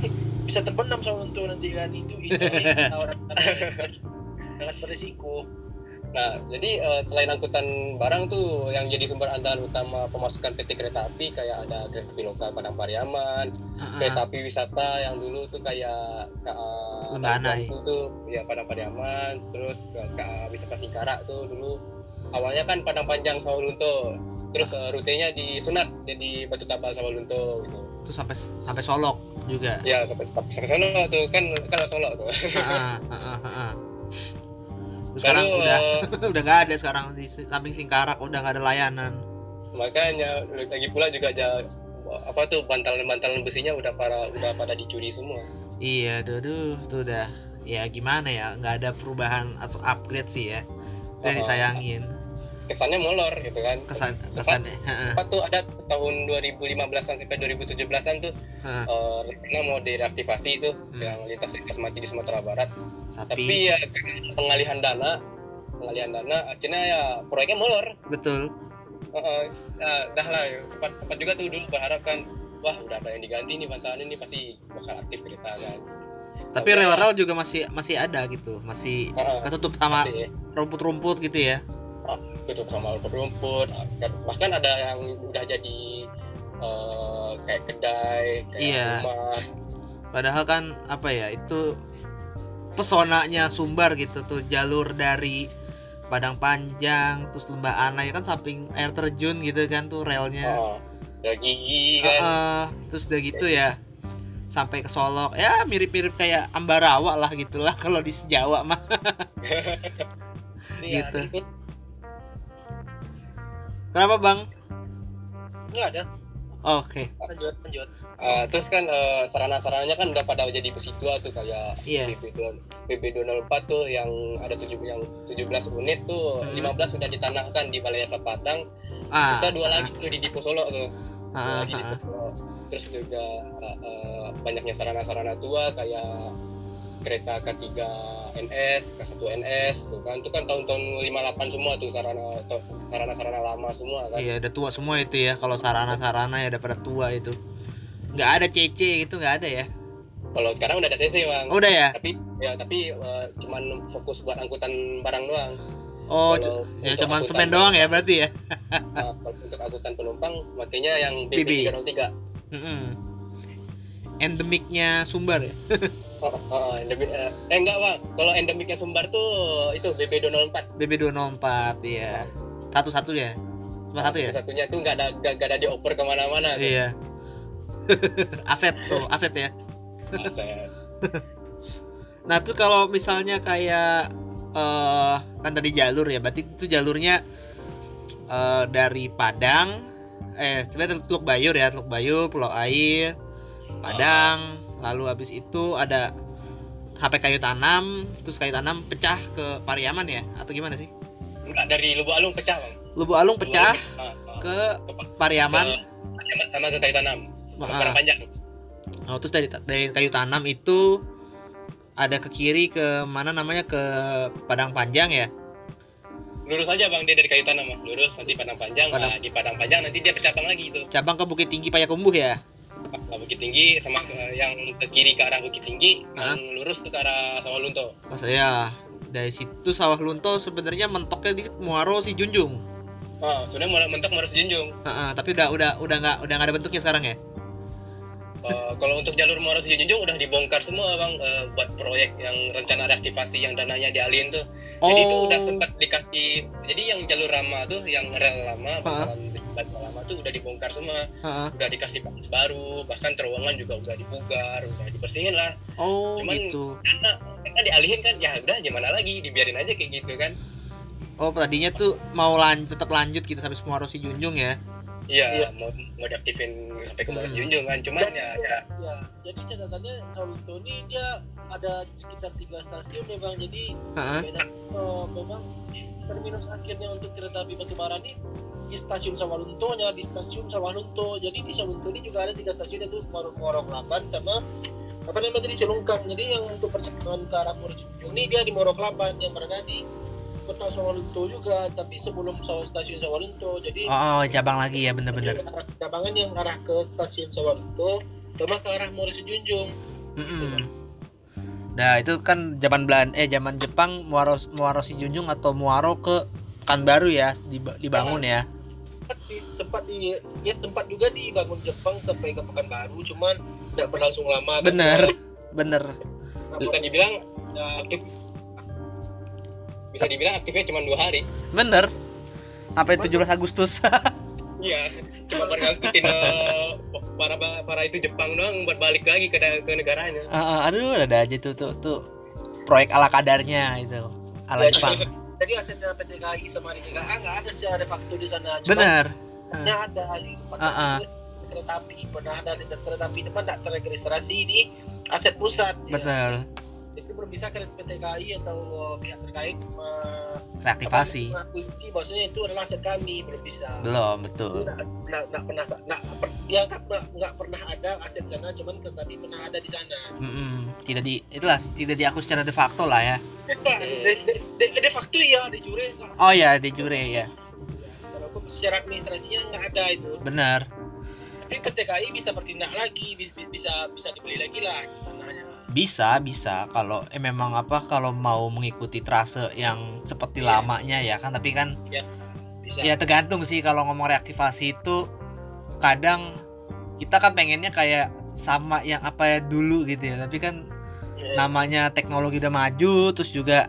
bisa terbenam Sawalunto nanti kan, itu itu orang sangat berisiko. Nah, jadi uh, selain angkutan barang tuh yang jadi sumber andalan utama pemasukan P T Kereta Api kayak ada kereta api lokal Padang Pariaman, uh-huh. kereta api wisata yang dulu tuh kayak uh, Lembah Anai tuh ya Padang Pariaman, terus ke, ke wisata Singkarak tuh dulu awalnya kan Padang Panjang Sawalunto, terus uh, rutenya di Sunat jadi Batu Tabal Sawalunto gitu. Terus sampai sampai Solok juga. Ya sampai sampai sana tuh kan kan Solok tuh. Heeh, heeh, heeh. Sekarang Lalu, udah uh, udah nggak ada sekarang di samping Singkarak udah nggak ada layanan. Makanya lagi pula juga aja apa tuh bantalan-bantalan besinya udah para udah pada dicuri semua. Iya, tuh tuh tuh udah ya gimana ya, nggak ada perubahan atau upgrade sih ya. Itu yang disayangin. Kesannya molor gitu kan. Kesan kesannya. Sempat, sempat tuh ada tahun dua ribu lima belasan sampai dua ribu tujuh belasan tuh uh, rencana mau direaktivasi itu hmm. yang lintas-lintas mati di Sumatera Barat. Tapi, Tapi ya karena pengalihan dana, pengalihan dana akhirnya ya proyeknya molor. Betul. Uh, uh, dah lah, sempat sempat juga tuh dulu berharap kan, wah udah ada yang diganti nih bantalan ini pasti bakal aktif kereta kan. Tapi rel-rel juga masih masih ada gitu, masih uh, ketutup sama masih. rumput-rumput gitu ya. Oh, ketutup sama rumput-rumput, bahkan ada yang udah jadi uh, kayak kedai, kayak iya. rumah. Padahal kan apa ya itu pesonanya Sumbar gitu tuh, jalur dari Padang Panjang terus Lembah Anai kan samping air terjun gitu kan tuh relnya. Oh, udah gigi kan. Uh, uh, terus udah gitu ya sampai ke Solok ya mirip-mirip kayak Ambarawa lah gitulah kalau di Jawa mah. Gitu. Kenapa Bang? Enggak ada. Oke. Okay. Lanjut, lanjut. Uh, terus kan uh, sarana-sarananya kan udah pada jadi besi tua tuh kayak yeah. B B dua nol empat tuh yang ada tujuh yang tujuh belas unit tuh hmm. lima belas sudah ditanahkan di Balai Yasa Padang. Ah. Sisa dua ah. lagi tuh di Dipo Solo tuh. Ah. Lagi di Dipo Solo. Terus juga uh, uh, banyaknya sarana-sarana tua kayak kereta K tiga N S, K satu N S tuh kan. Itu kan tahun-tahun lima puluh delapan semua tuh sarana sarana-sarana lama semua kan. Iya, udah tua semua itu ya. Kalau sarana-sarana ya udah pada tua itu. Nggak ada C C gitu, nggak ada ya? Kalau sekarang udah ada C C Bang. Oh, udah ya? Tapi ya tapi uh, cuman fokus buat angkutan barang doang. Oh, c- ya cuman semen doang ya berarti ya? Nah, kalau untuk angkutan penumpang makanya yang B B tiga nol tiga. Mm-hmm. Endemiknya Sumbar ya? oh, oh, endemik, uh, eh enggak Bang. Kalau endemiknya Sumbar tuh itu B B dua nol empat. B B dua nol empat ya. Satu-satu ya? Cuma satu ya? Satu-satunya tuh nggak ada nggak ada dioper kemana-mana. Iya. aset tuh aset ya aset. Nah tuh kalau misalnya kayak uh, kan tadi jalur ya, berarti itu jalurnya uh, dari Padang eh sebenarnya Teluk Bayur ya, Teluk Bayur, Pulau Air, Padang, lalu habis itu ada H P Kayu Tanam, terus Kayu Tanam pecah ke Pariaman ya atau gimana sih? Enggak, dari Lubuk Alung pecah Bang. Lubuk Alung pecah Lubuk Alung, uh, uh, ke, ke Pariaman ke, sama ke Kayu Tanam. Padang Panjang. Oh, terus dari dari Kayu Tanam itu ada ke kiri ke mana namanya ke Padang Panjang ya? Lurus aja Bang, dia dari Kayu Tanam mah. Lurus nanti Padang Panjang. Padang. Nah, di Padang Panjang nanti dia bercabang lagi itu. Cabang ke Bukit Tinggi Payakumbuh ya? Nah, Bukit Tinggi sama uh, yang ke kiri ke arah Bukit Tinggi, huh? Yang lurus ke arah Sawalunto. Oh, saya dari situ Sawalunto sebenarnya mentoknya di Muaro Si Junjung. Oh, sebenarnya mentok Muaro Si Junjung. Heeh, tapi udah udah udah enggak udah enggak ada bentuknya sekarang ya? Uh, kalau untuk jalur Muaro Si Junjung udah dibongkar semua Bang, uh, buat proyek yang rencana reaktivasi yang dananya dialihin tuh. Oh. Jadi itu udah sempat dikasih. Jadi yang jalur lama tuh, yang rel lama, bakalan lama tuh udah dibongkar semua. Ha? Udah dikasih bagus baru, bahkan terowongan juga udah dipugar, udah dibersihin lah. Oh, cuman gitu. Karena, karena dialihin kan, ya udah gimana lagi, dibiarin aja kayak gitu kan. Oh, tadinya tuh mau lanjut tetap lanjut gitu sampai Muaro Si Junjung ya. Iya, ya. mau mau diaktifin sampai ke Muaro Si Junjung kan, cuman ya, ya, ya. Jadi catatannya Sawalunto ini dia ada sekitar tiga stasiun ya Bang. Jadi uh, memang terminus akhirnya untuk kereta api batubara ini di stasiun Sawaluntonya, di stasiun Sawalunto. Jadi di Sawalunto ini juga ada tiga stasiun, yaitu Muaro Kelapa sama apa namanya tadi Selungkang. Jadi yang untuk perjalanan ke arah Muaro Si Junjung ini dia di Muaro Kelapa yang berada di kota Sawalunto juga, tapi sebelum stasiun Sawalunto. Jadi oh, cabang lagi ya, benar-benar. Cabangan yang arah ke stasiun Sawalunto sama ke arah Muaro Si Junjung. gitu, Bang. Nah itu kan zaman Belanda eh zaman Jepang Muaro Muaro Sijunjung atau Muaro ke Pekanbaru ya dibangun ya. Sempat di, sempat di ya tempat juga dibangun Jepang sampai ke Pekanbaru, cuman tidak berlangsung lama. Bener, bener. Bisa dibilang uh, aktif, bisa dibilang aktifnya cuma dua hari. Bener. Sampai tujuh belas Agustus. Iya, cuma ngangkutin uh, para para itu Jepang doang buat balik lagi ke ke negaranya. Uh, uh, aduh, ada aja tuh tuh tuh proyek ala kadarnya itu, ala Ya, Jepang. Jadi, jadi asetnya P T K I sama D J K A nggak ada secara de facto di sana. Cuman Bener. Pernah ada di tempat Uh, uh. kereta api, pernah ada lintas kereta api, teman tidak terregistrasi di aset pusat. Betul. Ya. Itu belum bisa ke P T K I atau uh, pihak terkait uh, Reaktivasi. mengakuisisi bahwasanya itu adalah aset kami, belum bisa. Belum, betul. Nggak pernah, nggak dianggap nggak pernah ada aset sana, cuman tetapi pernah ada di sana. Mm-mm. Tidak di itulah tidak diakui secara de facto lah ya. de, de, de, de facto ya de jure. Oh ya, de jure ya. Secara hukum, secara administrasinya nggak ada itu. Benar. Tapi P T K I bisa bertindak lagi, bisa bisa, bisa dibeli lagi lah tanahnya. Bisa, bisa kalau eh memang apa kalau mau mengikuti trase yang seperti Iya. lamanya ya kan, tapi kan Ya, bisa. ya tergantung sih kalau ngomong reaktivasi itu kadang kita kan pengennya kayak sama yang apa ya dulu gitu ya, tapi kan Ya. namanya teknologi udah maju terus juga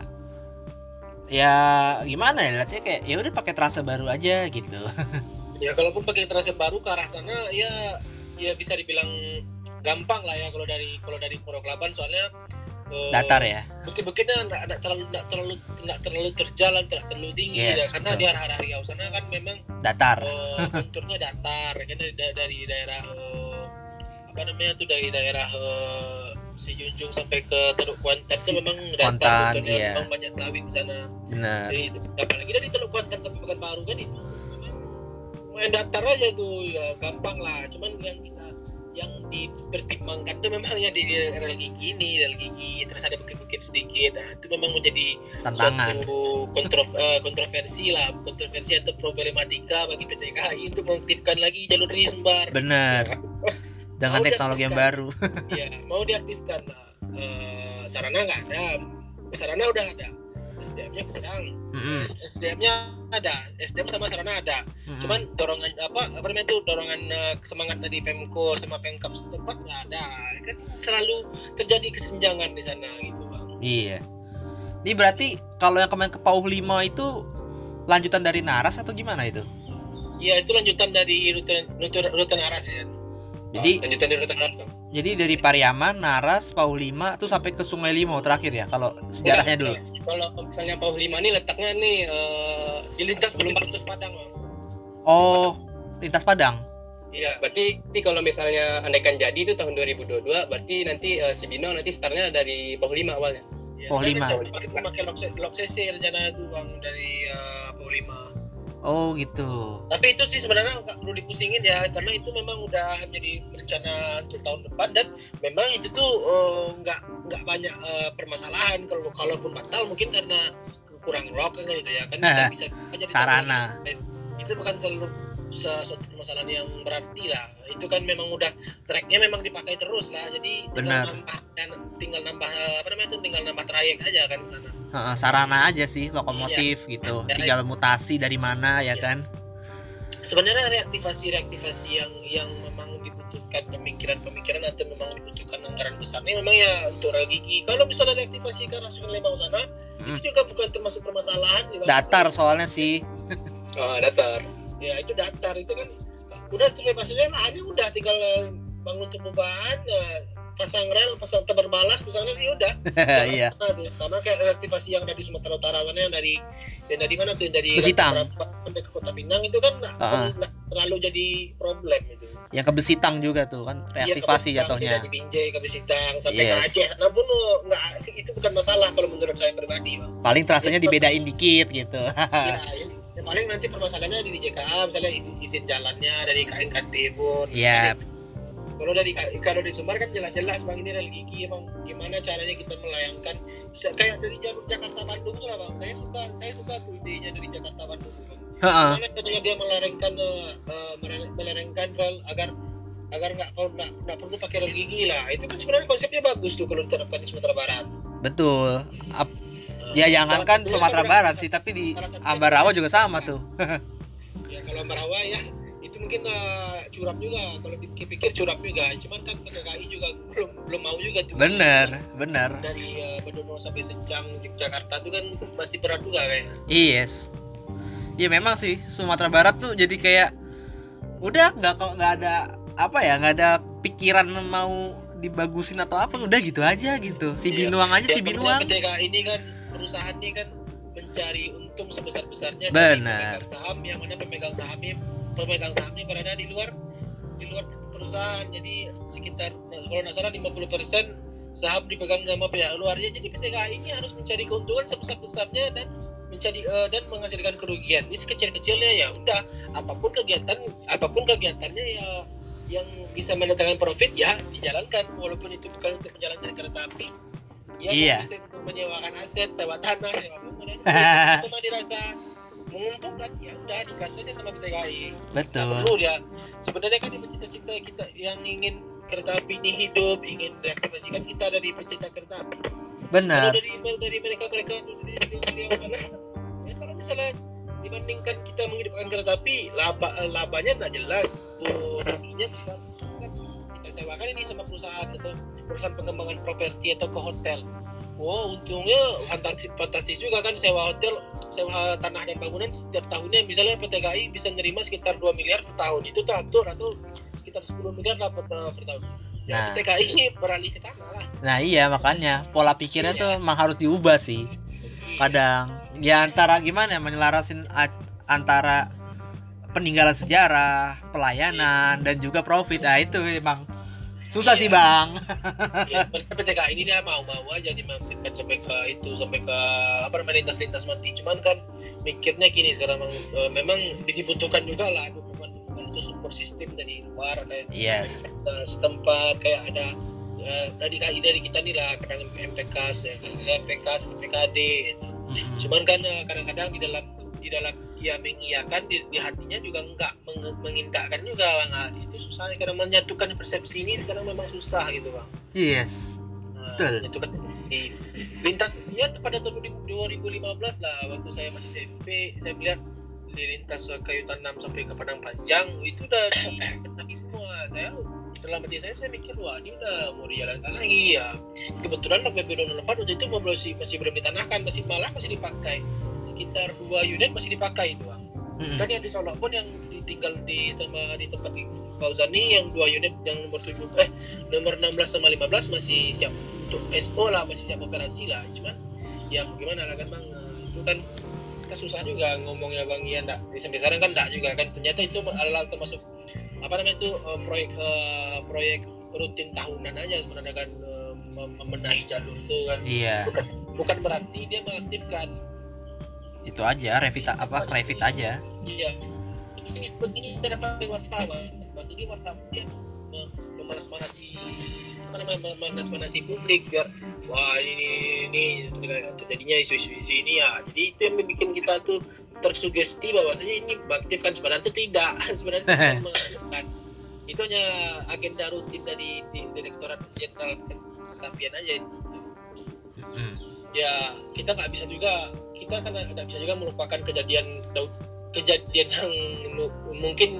ya gimana ya lihatnya kayak ya udah pakai trase baru aja gitu. Ya kalaupun pakai trase baru ke arah sana ya ya bisa dibilang gampang lah ya kalau dari kalau dari Puro Klaban, soalnya uh, Datar ya. bukit-bukitnya nggak nggak terlalu nggak terlalu nggak terlalu terjalan, tidak terlalu tinggi Yes, ya, karena betul. di arah Riau sana kan memang Datar. uh, konturnya datar kan dari, dari daerah uh, apa namanya tuh dari daerah uh, Sijunjung sampai ke Teluk Kuantan itu memang datar, Kuantan, konturnya iya. memang banyak sawit di sana. Bener. Jadi itu, apalagi dari Teluk Kuantan sampai Pekanbaru kan itu memang main datar aja tuh ya, gampang lah. Cuman yang kita yang dipertimbangkan tuh memang yang di rel gigi ini, rel gigi terus ada bukit-bukit sedikit. Nah, itu memang menjadi Tantangan. suatu kontrov, eh, kontroversi lah, kontroversi atau problematika bagi P T K I untuk mengaktifkan lagi jalur ini Sumbar. Bener. Dengan Mau teknologi yang diaktifkan. baru. Ya, mau diaktifkan. Nah, eh, sarana nggak ada, sarana udah ada, S D M-nya kurang. Mm-mm. S D M-nya ada, S D M sama sarana ada. Mm-mm. Cuman dorongan apa apa namanya itu dorongan uh, semangat dari Pemko sama Pemkap setempat nggak ada. Kan selalu terjadi kesenjangan di sana gitu, Bang. Iya. Ini berarti kalau yang kemarin ke Pauh lima itu lanjutan dari Naras atau gimana itu? Iya, itu lanjutan dari rute rute, rute Naras ya. Jadi Ah, lanjutan dari rutan langsung. jadi dari Pariaman, Naras, Pauh lima tuh sampai ke Sungai Limo terakhir ya kalau sejarahnya dulu. Kalau misalnya Pauh lima nih letaknya nih uh, Di lintas belum putus Padang, Bang. Oh, lintas Padang. Iya, berarti nanti kalau misalnya andaikan jadi itu tahun dua ribu dua puluh dua, berarti nanti uh, si Bino nanti startnya dari Pauh lima awalnya. ya, Pauh lima. Pakai pakai lok C C rencana itu, Bang, dari uh, Pauh lima. Oh gitu. Tapi itu sih sebenarnya nggak perlu dipusingin ya, karena itu memang udah menjadi rencana untuk tahun depan, dan memang itu tuh uh, nggak nggak banyak uh, permasalahan. Kalau kalaupun batal mungkin karena kurang lok kan gitu ya, kan bisa bisa aja ditambah Sarana. lagi. Itu bukan selalu sesuatu permasalahan yang berarti lah. Itu kan memang udah tracknya memang dipakai terus lah, jadi tinggal Benar. nambah dan tinggal nambah apa namanya itu tinggal nambah trayek aja kan di sana. Heeh, sarana aja sih lokomotif gitu. Ya, Tinggal mutasi dari mana ya Iya. kan. Sebenarnya reaktivasi-reaktivasi yang yang memang dibutuhkan pemikiran-pemikiran atau memang dibutuhkan anggaran besar ini memang ya untuk rel gigi. Kalau misalnya reaktivasi ke arah Sungai Lembang sana, Hmm. itu juga bukan termasuk permasalahan sih, Bang. Datar soalnya sih. Oh, datar. Ya itu datar, itu kan udah terbebasannya lahannya udah tinggal eh, bangun perubahan, eh, pasang rel, pasang tebar balas, pasang rel, ya udah. Iya. Nah, tuh. Sama kayak reaktivasi yang dari Sumatera Utara sana, yang dari yang dari mana tuh, yang dari Besitang. Rantau sampai ke Kota Pinang itu kan nggak Uh-uh. nggak terlalu jadi problem itu. Yang ke Besitang juga tuh kan reaktivasi Iya, jatuhnya. Di Binjai ke Besitang sampai Yes. ke Aceh, nah pun oh, nggak, itu bukan masalah kalau menurut saya pribadi, Bang. Paling trasenya dibedain dikit gitu. Ya, yang, yang paling nanti permasalahannya di D J K A, misalnya izin, izin jalannya dari K N K T pun. Iya. Kalau dari kalau di Sumbar kan jelas-jelas, Bang, ini rel gigi, Bang. Gimana caranya kita melayangkan kayak dari jalur Jakarta Bandung tuh lah, Bang. Saya suka saya suka tuh idenya dari Jakarta Bandung, Bang. Heeh. Gimana caranya dia melerengkan uh, uh, melerengkan rel agar agar nggak nggak nggak perlu pakai rel gigi lah. Itu kan sebenarnya konsepnya bagus tuh kalau diterapkan di Sumatera Barat. Betul. Ap- ya jangan kan Sumatera Barat sih, tapi di Ambarawa juga sama tuh. Ya kalau Ambarawa ya itu mungkin uh, curap juga, kalau dipikir curap juga, cuman kan P T K I juga belum belum mau juga tuh. Bener, bener. Dari uh, Badono sampai Secang Yogyakarta tuh kan masih berat juga kayaknya. Yes. Ya memang sih Sumatera Barat tuh jadi kayak udah nggak kok nggak ada apa ya nggak ada pikiran mau dibagusin atau apa, udah gitu aja gitu. Si Binuang aja ya, si Binuang. P T K I ini kan perusahaan ini kan mencari untung sebesar-besarnya dari pemegang saham, yang mana pemegang sahamnya pemegang sahamnya berada di luar di luar perusahaan. Jadi sekitar kalau nggak salah lima puluh persen saham dipegang sama pihak luarnya. Jadi P T K I ini harus mencari keuntungan sebesar-besarnya dan mencari uh, dan menghasilkan kerugian. Ini sekecil-kecilnya ya udah, apapun kegiatan apapun kegiatannya ya yang bisa mendatangkan profit ya dijalankan, walaupun itu bukan untuk menjalankan kereta api. Ya iya. Bisa untuk menyewakan aset, sewa tanah, sewa bangunan, itu mah dirasa menguntungkan, ya udah dikasih aja sama P T K I. Betul. Nah, perlu dia. Sebenarnya kan cita-cita kita yang ingin kereta api ini hidup, ingin reaktivasikan kita dari pencinta kereta api. Benar. Kalau dari dari mereka-mereka dari, dari, dari yang sana, ya kalau misalnya dibandingkan kita menghidupkan kereta api, laba labanya nggak jelas, ruginya besar. Kita sewakan ini sama perusahaan atau perusahaan pengembangan properti atau ke hotel. Wow, untungnya fantastis, fantastis juga kan sewa hotel, sewa tanah dan bangunan setiap tahunnya. Misalnya P T K I bisa nerima sekitar dua miliar per tahun, itu teratur atau sekitar sepuluh miliar lah per, per tahun. Ya, nah, P T K I beralih ke sana lah. Nah iya makanya pola pikirnya iya. tuh emang harus diubah sih. Kadang ya antara gimana ya, menyelarasin a- antara peninggalan sejarah, pelayanan dan juga profit. Nah itu emang susah iya. sih bang. Ya sebenarnya P T K I ini dia mau-mau aja dimaktifkan sampai ke itu, sampai ke apa namanya lintas-lintas mati. Cuman kan mikirnya gini sekarang memang, uh, memang dibutuhkan juga lah dukungan-dukungan itu support system dari luar kayak Yes. uh, setempat kayak ada uh, dari dari kita nih lah kadang M P K S, M P K S, M P K D gitu. Mm-hmm. Cuman kan uh, kadang-kadang di dalam di dalam dia mengiyakan, di, di hatinya juga enggak meng, mengindahkan juga bang. Nah, di situ susah karena menyatukan persepsi ini sekarang memang susah gitu bang. Yes. Nah, Betul. menyatukan di lintas ya pada tahun dua ribu lima belas lah waktu saya masih S M P, saya melihat di lintas Kayu Tanam sampai ke Padang Panjang itu udah dibenahi semua. Saya dalam hati saya saya mikir wah ini udah mau dijalankan lagi ya. Kebetulan P B nol empat waktu itu masih masih belum ditanahkan, masih malah masih dipakai sekitar dua unit masih dipakai itu bang. Mm-hmm. Dan yang di Solo pun yang ditinggal di sama di tempat di Fauzani yang dua unit yang nomor tujuh eh nomor enam belas sama lima belas masih siap untuk S O lah, masih siap operasi lah. Cuman ya gimana lah kan bang, itu kan kita susah juga ngomongnya bang ya enggak sampai sekarang kan enggak juga kan, ternyata itu adalah termasuk apa namanya itu uh, proyek uh, proyek rutin tahunan aja sebenarnya kan, uh, membenahi jalur itu kan. Iya. Bukan, bukan berarti dia mengaktifkan itu aja revita apa revit aja. Iya. Di sini begini kita dapat wartawan. Jadi wartawan dia memanas-manasi apa namanya memanas-manasi publik biar wah ini ini terjadinya isu-isu ini ya. Jadi itu yang membuat kita tuh tersugesti bahwasanya ini mengaktifkan, sebenarnya tidak. Sebenarnya tidak mengaktifkan. Itu hanya agenda rutin dari Direktorat Jenderal Keretapian aja. Hmm. Ya kita nggak bisa juga, kita kan nggak bisa juga melupakan kejadian kejadian yang mungkin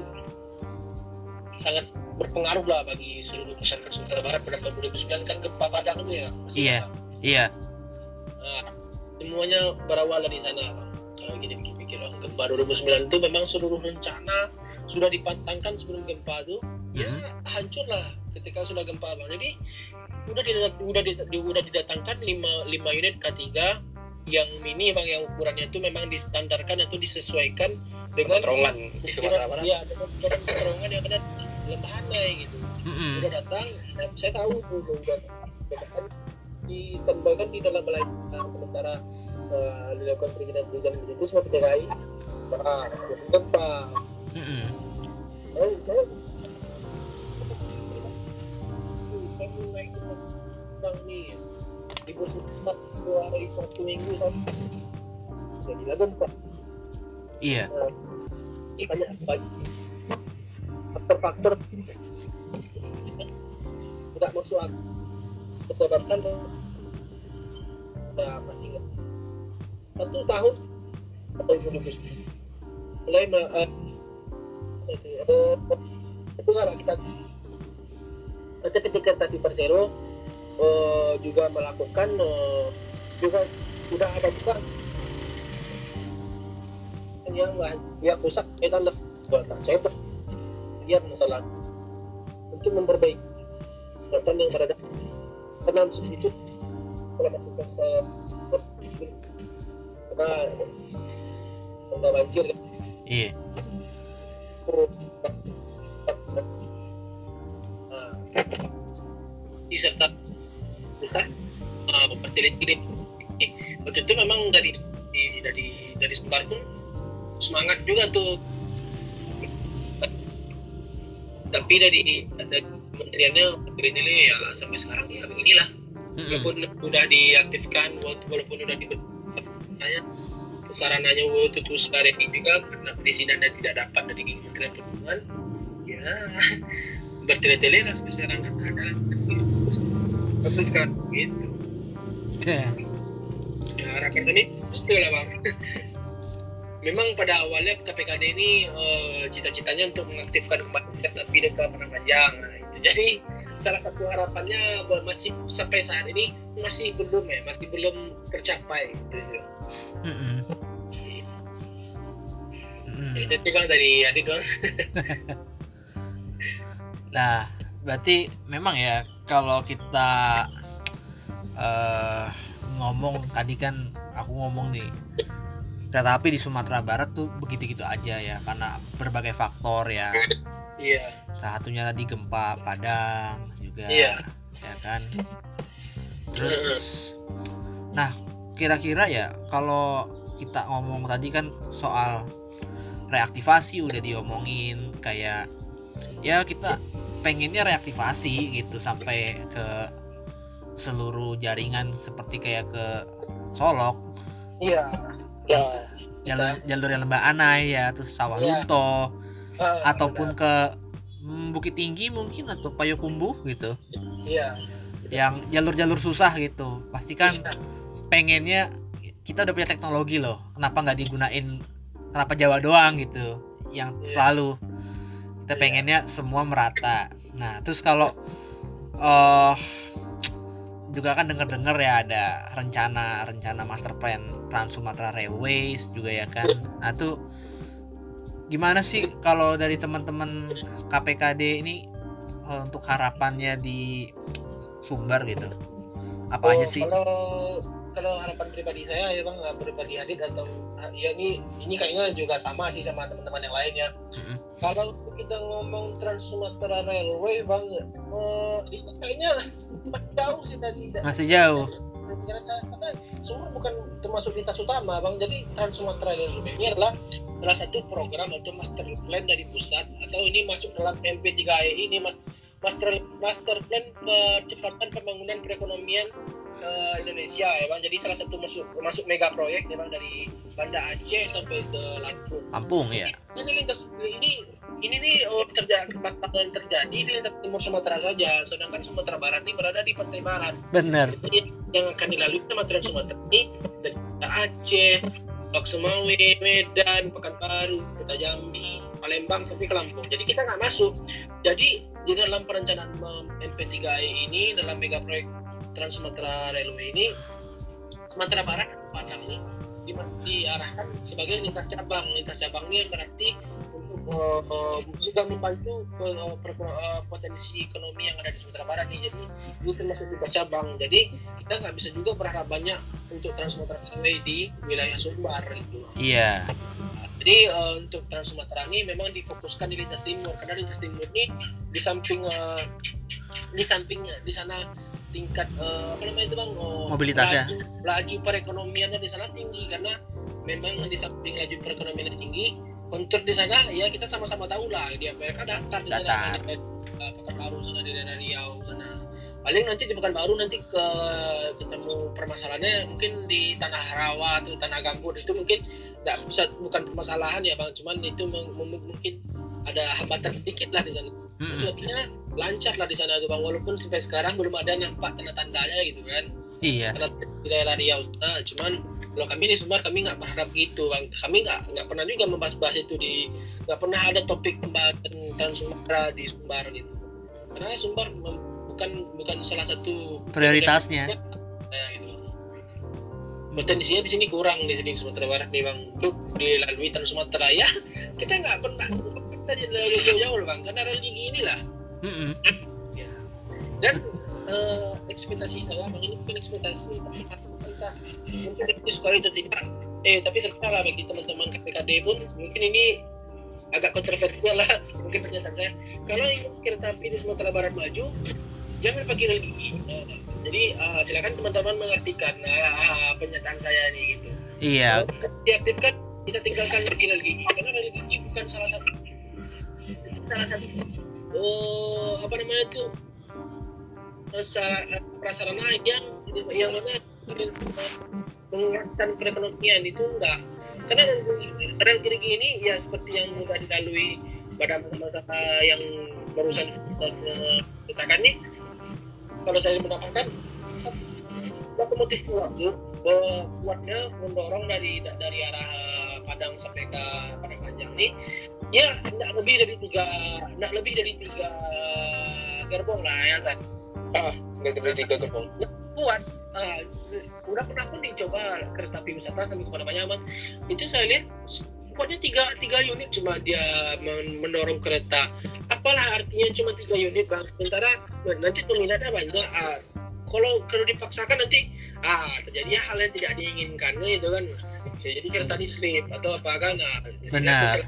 sangat berpengaruh lah bagi seluruh masyarakat Sumatera Barat pada tahun dua ribu sembilan kan gempa Padang itu ya. Iya, iya. Nah, semuanya berawal dari sana bang. Kalau kita pikir-pikir bang, gempa dua ribu sembilan itu memang seluruh rencana sudah dipantangkan sebelum gempa itu, hmm. ya hancurlah ketika sudah gempa bang. Jadi udah didat, udah didat, udah didatangkan lima unit K tiga yang mini bang, yang ukurannya itu memang distandarkan atau disesuaikan dengan terowongan di Sumatera Barat. Iya, dengan terowongan yang ada lembah Hanai gitu. Mm-hmm. Udah datang, dan saya tahu tuh udah datang di standbykan di dalam balai nah, sementara uh, dilakukan presiden presiden itu sama P T K I. Nah, gempa. Mm-hmm. Oh, saya saya mulai tentang nih ibu sultan dua hari satu minggu kan jadi lagi gempa. Iya. Nah, ini banyak banyak faktor-faktor nggak masuk akal. Keterapkan udah pasti nggak satu tahun atau dua ribu sepuluh mulai uh, itu uh, itu cara kita T P T Kereta Persero uh, juga melakukan uh, juga sudah ada juga yang pihak pusat kaitan dengan saya itu lihat masalah untuk memperbaiki data yang berada karena itu kalau masuk ke pos karena nggak banjir kan. Iya. Nah, diserta besar bertele-tele. Waktu itu memang dari dari dari Sumbar pun semangat juga tuh, tapi dari dari kementeriannya bertele ya sampai sekarang ya beginilah. Walaupun udah diaktifkan, walaupun udah dibentuknya sarananya waktu itu sekarang ini juga karena perizinannya tidak dapat dari Kementerian Perhubungan, ya bertele-tele lah sampai sekarang kan ada. Tapi sekarang gitu. Ya, harapan kami betul lah bang. Memang pada awalnya K P K D ini uh, cita-citanya untuk mengaktifkan kembali tapi dekat Padang Panjang. Nah, itu jadi salah satu harapannya masih sampai saat ini masih belum ya, masih belum tercapai. Gitu. Mm-hmm. Mm. Itu sih bang dari Adit doang. Nah, berarti memang ya kalau kita uh, ngomong tadi kan aku ngomong nih kereta api di Sumatera Barat tuh begitu-gitu aja ya karena berbagai faktor ya. Iya. Salah satunya tadi gempa Padang juga, iya. Ya kan. Terus, nah kira-kira ya kalau kita ngomong tadi kan soal reaktivasi udah diomongin kayak ya kita pengennya reaktivasi gitu sampai ke seluruh jaringan seperti kayak ke Solok. Iya. Ya. Jalur jalur Lembah Anai ya, terus Sawah ya. Lunto, uh, ataupun benar. ke Bukit Tinggi mungkin atau Payakumbuh gitu. Iya. Yang jalur-jalur susah gitu. Pastikan ya. Pengennya kita udah punya teknologi loh. Kenapa nggak digunain? Kenapa Jawa doang gitu? Yang ya. Selalu kita pengennya ya. Semua merata. Nah, terus kalau uh, juga kan dengar-dengar ya ada rencana rencana master plan Trans Sumatera Railways juga ya kan. Nah tuh gimana sih kalau dari teman-teman K P K D ini untuk harapannya di Sumbar gitu? Apa oh, aja sih? Kalau kalau harapan pribadi saya ya bang, pribadi Adit atau ya ini ini kayaknya juga sama sih sama teman-teman yang lain ya. Mm-hmm. Kalau kita ngomong Trans Sumatera Railway bang, uh, itu kayaknya masih jauh sih dari masih jauh. Dari saya, karena Sumbar bukan termasuk lintas utama bang. Jadi Trans Sumatera Railway ini adalah salah satu program atau master plan dari pusat atau ini masuk dalam M P tiga E ini mas, master master plan percepatan pembangunan perekonomian uh, Indonesia ya bang. Jadi salah satu masuk masuk mega proyek memang dari Banda Aceh sampai ke Lampung. Lampung ya. Ini lintas ini ini nih oh, terjadi bakalan terjadi di lintas timur Sumatera saja, sedangkan Sumatera Barat ini berada di pantai barat. Benar. Jadi yang akan dilalui sama Trans Sumatera ini dari Banda Aceh, Lok Sumawe, Medan, Pekanbaru, Kota Jambi, Palembang sampai ke Lampung. Jadi kita nggak masuk. Jadi di dalam perencanaan M P tiga E ini dalam mega proyek Trans Sumatera Railway ini Sumatera Barat Padang ini diarahkan sebagai lintas cabang. Lintas cabang ini berarti untuk uh, uh, juga membantu uh, per, uh, potensi ekonomi yang ada di Sumatera Barat nih. Jadi ini termasuk lintas cabang. Jadi kita nggak bisa juga berharap banyak untuk Trans Sumatera Railway di wilayah Sumbar gitu. Iya. Nah, jadi uh, untuk Trans Sumatera ini memang difokuskan di lintas timur karena lintas timur ini di samping uh, di samping di sana tingkat uh, apa namanya itu bang oh, mobilitasnya laju, laju perekonomiannya di sana tinggi karena memang di samping laju perekonomiannya tinggi kontur di sana ya kita sama-sama tahu lah di Amerika datar di sana di uh, Pekanbaru sana di daerah Riau sana paling nanti di Pekanbaru nanti ke ketemu permasalahannya mungkin di Tanah Rawa atau Tanah Gambut itu mungkin nggak bisa bukan permasalahan ya bang cuman itu mem- mem- mungkin ada hambatan sedikit lah di sana Mm-mm. selebihnya lancar lah di sana tuh bang, walaupun sampai sekarang belum ada nampak tanda-tandanya gitu kan. Iya. Karena di daerah Riau, nah, cuman kalau kami di Sumbar kami nggak berharap gitu bang, kami nggak nggak pernah juga membahas-bahas itu di, nggak pernah ada topik pembahasan Trans Sumatera di Sumbar gitu, karena Sumbar mem- bukan bukan salah satu Prioritasnya. ya, gitu. Potensinya di sini kurang di sini Sumatera Barat nih bang, untuk dilalui Trans Sumatera ya kita nggak pernah kita jadi jauh-jauh bang, karena religi inilah. Mm-mm. Ya. Dan uh, ekspektasi saya bang, ini bukan ekspektasi tapi kita mungkin ini suka itu tidak, eh tapi terserah lah bagi teman-teman K P K D pun mungkin ini agak kontroversial lah mungkin pernyataan saya. Kalau ingin kereta api di Sumatera Barat maju, jangan pakai religi. Nah, jadi uh, silakan teman-teman mengartikan uh, pernyataan saya ini gitu. Iya. Kalau diaktifkan, kita tinggalkan lagi religi, karena religi bukan salah satu salah satu uh, apa namanya itu uh, prasarana yang yang mana menguatkan perekonomian itu enggak. Karena religi ini ya seperti yang sudah dilalui pada masa-masa yang barusan katakan nih, kalau saya mendapatkan lokomotif waktu kuatnya mendorong dari dari arah Padang sampai ke Padang Panjang nih, ya tidak lebih dari tiga tidak lebih dari tiga gerbong lah ya San. Ah, nggak lebih tiga gerbong. Kuat. Uh, udah pernah pun dicoba kereta api wisata sampai ke Padang Panjang, itu saya lihat kuatnya tiga tiga unit cuma dia mendorong kereta. Apalah artinya cuma tiga unit bang, sementara nanti peminatnya banyak. Uh, kalau kalau dipaksakan nanti ah terjadi hal yang tidak diinginkan gitu kan, jadi kereta di slip atau apa kan. Nah, benar.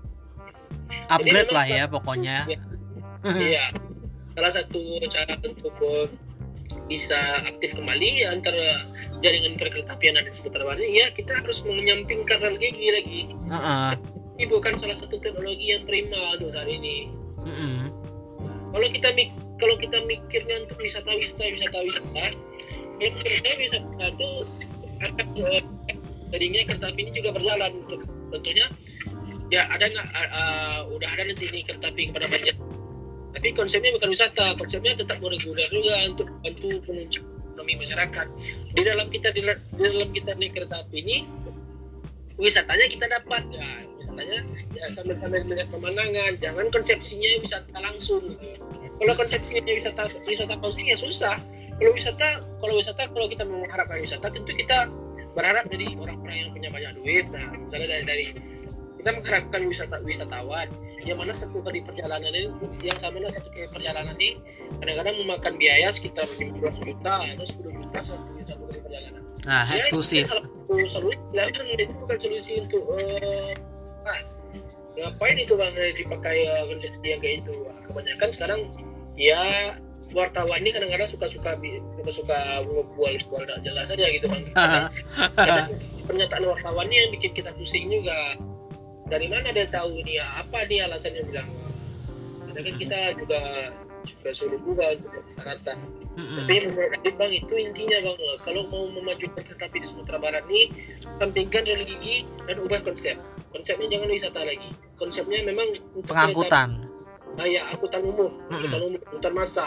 Upgrade lah ya pokoknya. Iya. Salah satu cara untuk bisa aktif kembali antara jaringan perkeretaapian ada di Sumatera Barat ya kita harus menyampingkan religi lagi. Uh-uh. Ini bukan salah satu teknologi yang prima untuk saat ini. Uh-uh. Kalau kita mik kalau kita mikirnya untuk wisata wisata wisata wisata, kalau menurut saya wisata itu akan tadinya kereta api ini juga berjalan. Tentunya ya ada nggak uh, udah ada nanti ini kereta api kepada banyak. Tapi konsepnya bukan wisata, konsepnya tetap reguler juga untuk bantu penunjang ekonomi masyarakat. Di dalam kita di, di dalam kita naik kereta api ini, wisatanya kita dapat ya, wisatanya ya sambil-sambil melihat pemandangan. Jangan konsepsinya wisata langsung. Gitu. Kalau konsepsinya wisata wisata langsung ya susah. Kalau wisata, kalau wisata kalau kita mengharapkan wisata, tentu kita berharap dari orang-orang yang punya banyak duit. Nah, misalnya dari dari kita mengharapkan wisata wisatawan yang mana satu kali perjalanan ini yang sama lah satu kali perjalanan ini kadang-kadang memakan biaya sekitar lima belas juta atau sepuluh juta satu, satu kali perjalanan. Nah, ya, eksklusif. Itu solusi, itu bukan solusi untuk uh, ah, ngapain itu bang dipakai uh, konsepsi yang kayak itu. Kebanyakan sekarang ya wartawan ini kadang-kadang suka-suka suka bual-bual tidak jelas aja gitu bang. Kadang pernyataan wartawan ini yang bikin kita pusing juga. Dari mana dia tahu ini ya, apa nih alasannya bilang. Karena kan kita juga juga suruh juga untuk kata-kata. Mm-hmm. Tapi menurut Adit bang itu intinya bang, kalau mau memajukan kereta api di Sumatera Barat nih, sampingkan religi dan ubah konsep. Konsepnya jangan wisata lagi. Konsepnya memang untuk pengangkutan. Ah ya, angkutan umum, Mm-hmm. angkutan umum, angkutan massal.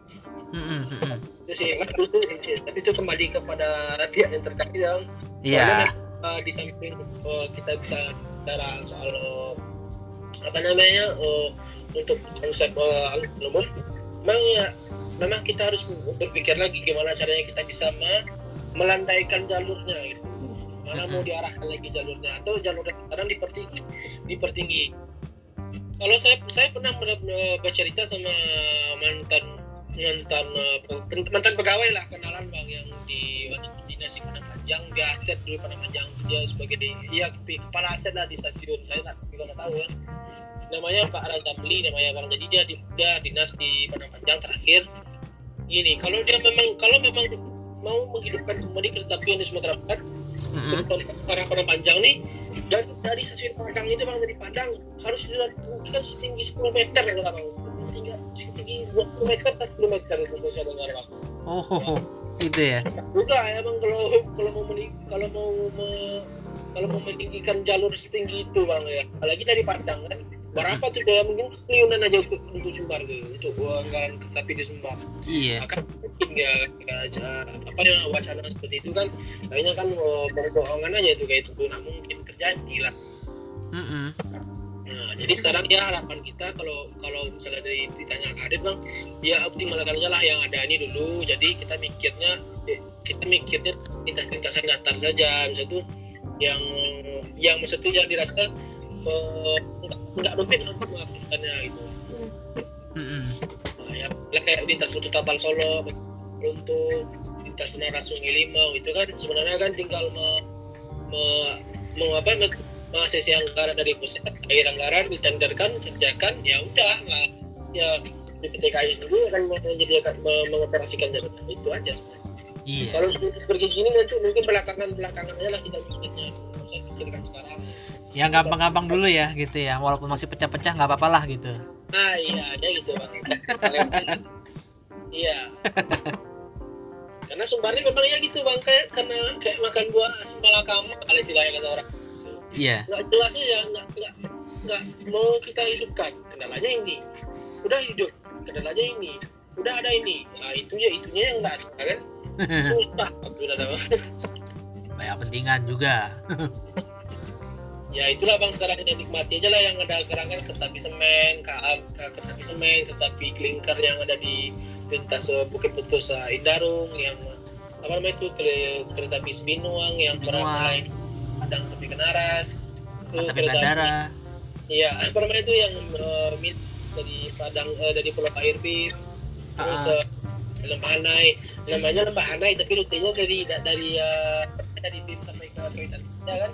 Mm-hmm. Itu sih, itu, tapi itu kembali kepada pihak yang terkait yang. Iya. Uh, di samping uh, kita bisa bicara soal uh, apa namanya uh, untuk konsep uh, angkutan umum, memang ya, memang kita harus berpikir lagi gimana caranya kita bisa me- melandaikan jalurnya gitu. Mana mau diarahkan lagi jalurnya atau jalur sekarang dipertinggi, dipertinggi. Kalau saya saya pernah bercerita sama mantan mantan mantan pegawai lah, kenalan bang yang di dinas di Padang Panjang, dia aset dulu Padang Panjang, dia sebagai ya kepala aset lah di stasiun, saya nggak juga nggak tahu ya namanya Pak Razamli namanya bang. Jadi dia, dia dinas di Padang Panjang terakhir gini, kalau dia memang kalau memang mau menghidupkan kembali kereta api di Sumatera Barat Mm-hmm. ke arah Padang Panjang nih, dan dari stasiun Padang itu bang, dari Padang harus sudah mungkin setinggi sepuluh meter ya bang, setinggi setinggi dua puluh meter atau sepuluh meter itu saya dengar bang. Oh, oh, oh. Itu ya. Juga ya bang, kalau kalau mau mening, kalau mau me, kalau mau meninggikan jalur setinggi itu bang ya, apalagi dari Padang kan Berapa tuh ya, mungkin triliunan aja untuk, untuk Sumbar tuh, untuk anggaran kereta api di Sumbar. Iya. Akan mungkin ya, ya apa ya wacana seperti itu kan, kayaknya kan oh, berbohongan aja itu kayak itu tuh, nggak mungkin terjadi lah. Mm-mm. Nah, jadi sekarang ya harapan kita kalau kalau misalnya dari ditanya Kadit bang, ya optimalkan aja lah yang ada ini dulu. Jadi kita mikirnya eh, kita mikirnya lintas-lintasan datar saja, misalnya tuh yang yang maksud tuh yang dirasakan eh, nggak rumit untuk mengaktifkannya gitu. Mm-mm. Nah, ya kayak lintas Batu Tapal Solo, untuk lintas Senaras Sungai Limau itu kan sebenarnya kan tinggal me, me, me apa mengaksesi anggaran dari pusat, air anggaran ditenderkan, kerjakan, ya udah lah, ya di P T K I sendiri akan menjadi mengoperasikan jalan itu aja sebenarnya. Iya. Kalau seperti gini nanti mungkin belakangan belakangan aja lah kita mikirnya, nggak usah pikirkan sekarang. Ya gampang-gampang dulu ya gitu ya, walaupun masih pecah-pecah nggak apa-apa lah gitu. Nah iya aja gitu bang. Iya. Karena Sumbar ini memang ya gitu bang, kayak karena kayak makan buah semalakama kalau istilahnya kata orang. Iya. Nggak jelas aja, nggak nggak nggak mau kita hidupkan. Kendalanya ini, udah hidup. Kendalanya ini, udah ada ini. Nah itu ya itunya yang nggak ada kan? Susah. Udah ada. Banyak pentingan juga. Ya itulah bang, sekarang ini nikmati aja lah yang ada sekarang kan, kereta api semen, kereta api semen, kereta api klinker yang ada di lintas Bukit Putus uh, Indarung, yang apa namanya itu kereta api Sebinuang yang mulai Padang sampai ke Naras, itu kereta bandara. Iya, apa namanya itu yang uh, dari Padang uh, dari Pulau Airbim, terus uh, Lembah Anai, namanya Lembah Anai tapi rutenya dari dari uh, dari B I M sampai ke Kalimantan ya kan.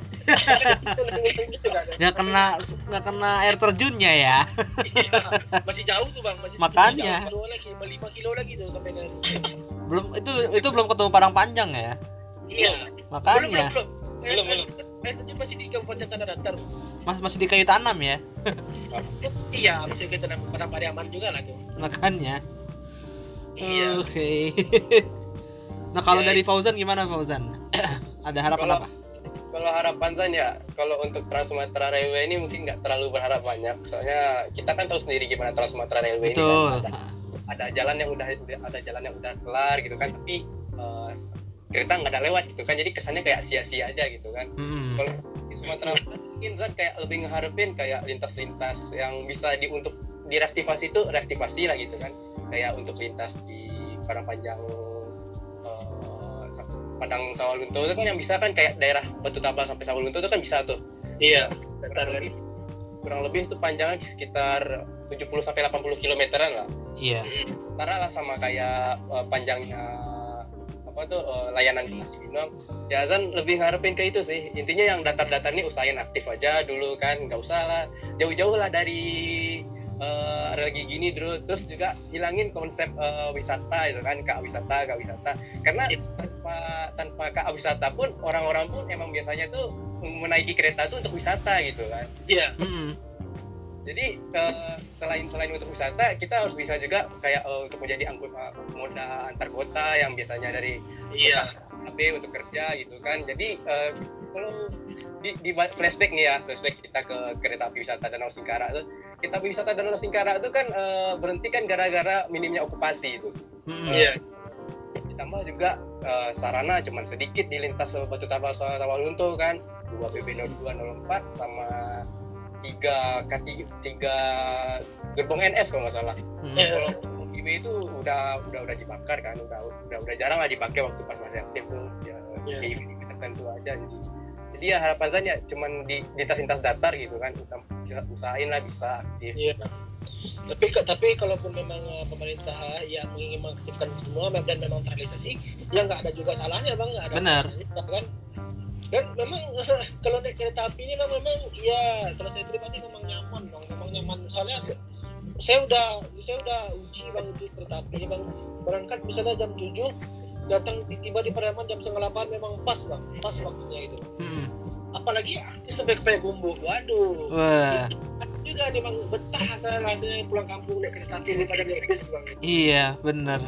Nggak kena nggak kena air terjunnya ya. Iya, masih jauh tuh bang, masih makanya jauh lagi, lima kilo lagi tuh sampai ke belum itu itu belum ketemu Padang Panjang ya. Iya, makanya belum belum belum air terjun masih di Kabupaten Tanah Datar, Mas, masih di kayu tanam ya. Iya, masih kita Padang Pariaman juga lah tuh, makanya. Iya. Oke. Okay. Nah kalau Ya, dari Fauzan gimana Fauzan? Ada harapan kalau, apa? Kalau harapan saya, kalau untuk Trans Sumatera Railway ini mungkin nggak terlalu berharap banyak. Soalnya kita kan tahu sendiri gimana Trans Sumatera Railway Betul. ini kan ada, ada jalan yang udah ada jalan yang udah kelar gitu kan, tapi uh, kereta nggak ada lewat gitu kan, jadi kesannya kayak sia-sia aja gitu kan. Hmm. Kalau di Sumatera mungkin Zan kayak lebih ngeharapin kayak lintas-lintas yang bisa di untuk direaktivasi itu reaktivasi lah gitu kan, kayak untuk lintas di Padang Panjang, uh, Padang Sawalunto itu kan yang bisa kan kayak daerah Batu Tabal sampai Sawalunto itu kan bisa tuh. Iya, kurang lebih kurang lebih itu panjangnya sekitar tujuh puluh sampai delapan puluh kilometeran lah. Iya. Antara lah sama kayak uh, panjangnya apa tuh uh, layanan di Sebinuang. Ya Azan lebih ngarepin ke itu sih. Intinya yang datar-datar ini usahain aktif aja dulu kan, nggak usah lah jauh-jauh lah dari Uh, lagi gini terus terus juga hilangin konsep uh, wisata itu kan, kak wisata kak wisata karena tanpa tanpa kak wisata pun orang-orang pun emang biasanya tuh menaiki kereta tuh untuk wisata gitu kan. Iya. Mm-hmm. Jadi uh, selain selain untuk wisata kita harus bisa juga kayak uh, untuk menjadi anggota moda antar kota yang biasanya dari Iya. A B untuk kerja gitu kan. Jadi uh, kalau di, di flashback nih ya, flashback kita ke kereta api wisata Danau Singkara itu, kereta api wisata Danau Singkara itu kan e, berhenti kan gara-gara minimnya okupasi itu. Iya. E, ditambah juga e, sarana cuman sedikit di lintas Batu Tabal Sawalunto kan, dua B B nol dua nol empat sama tiga tiga gerbong N S kalau nggak salah. Hmm. Kalau I B itu udah udah udah dibakar kan, udah udah udah jarang lah dipakai waktu pas masih aktif tuh. Ya, yeah. I B tertentu aja jadi. Jadi ya harapan saya cuman di lintas-lintas datar gitu kan, usahain lah bisa aktif. Iya. Tapi tapi kalaupun memang uh, pemerintah yang ingin mengaktifkan semua dan memang terrealisasi, ya nggak ada juga salahnya bang, nggak ada. Benar. Salahnya, kan? Dan memang kalau naik kereta api ini memang, memang ya kalau saya pribadi memang nyaman bang, memang nyaman. Misalnya saya udah saya udah uji bang itu kereta api ini bang, berangkat misalnya jam tujuh. Datang tiba di Pariaman jam setengah delapan memang pas bang, pas waktunya itu. Hmm. Apalagi aktif sampai ke Bumbu, waduh. Wah. Juga nih bang, betah saya rasanya pulang kampung naik kereta api daripada naik bis bang. Iya benar.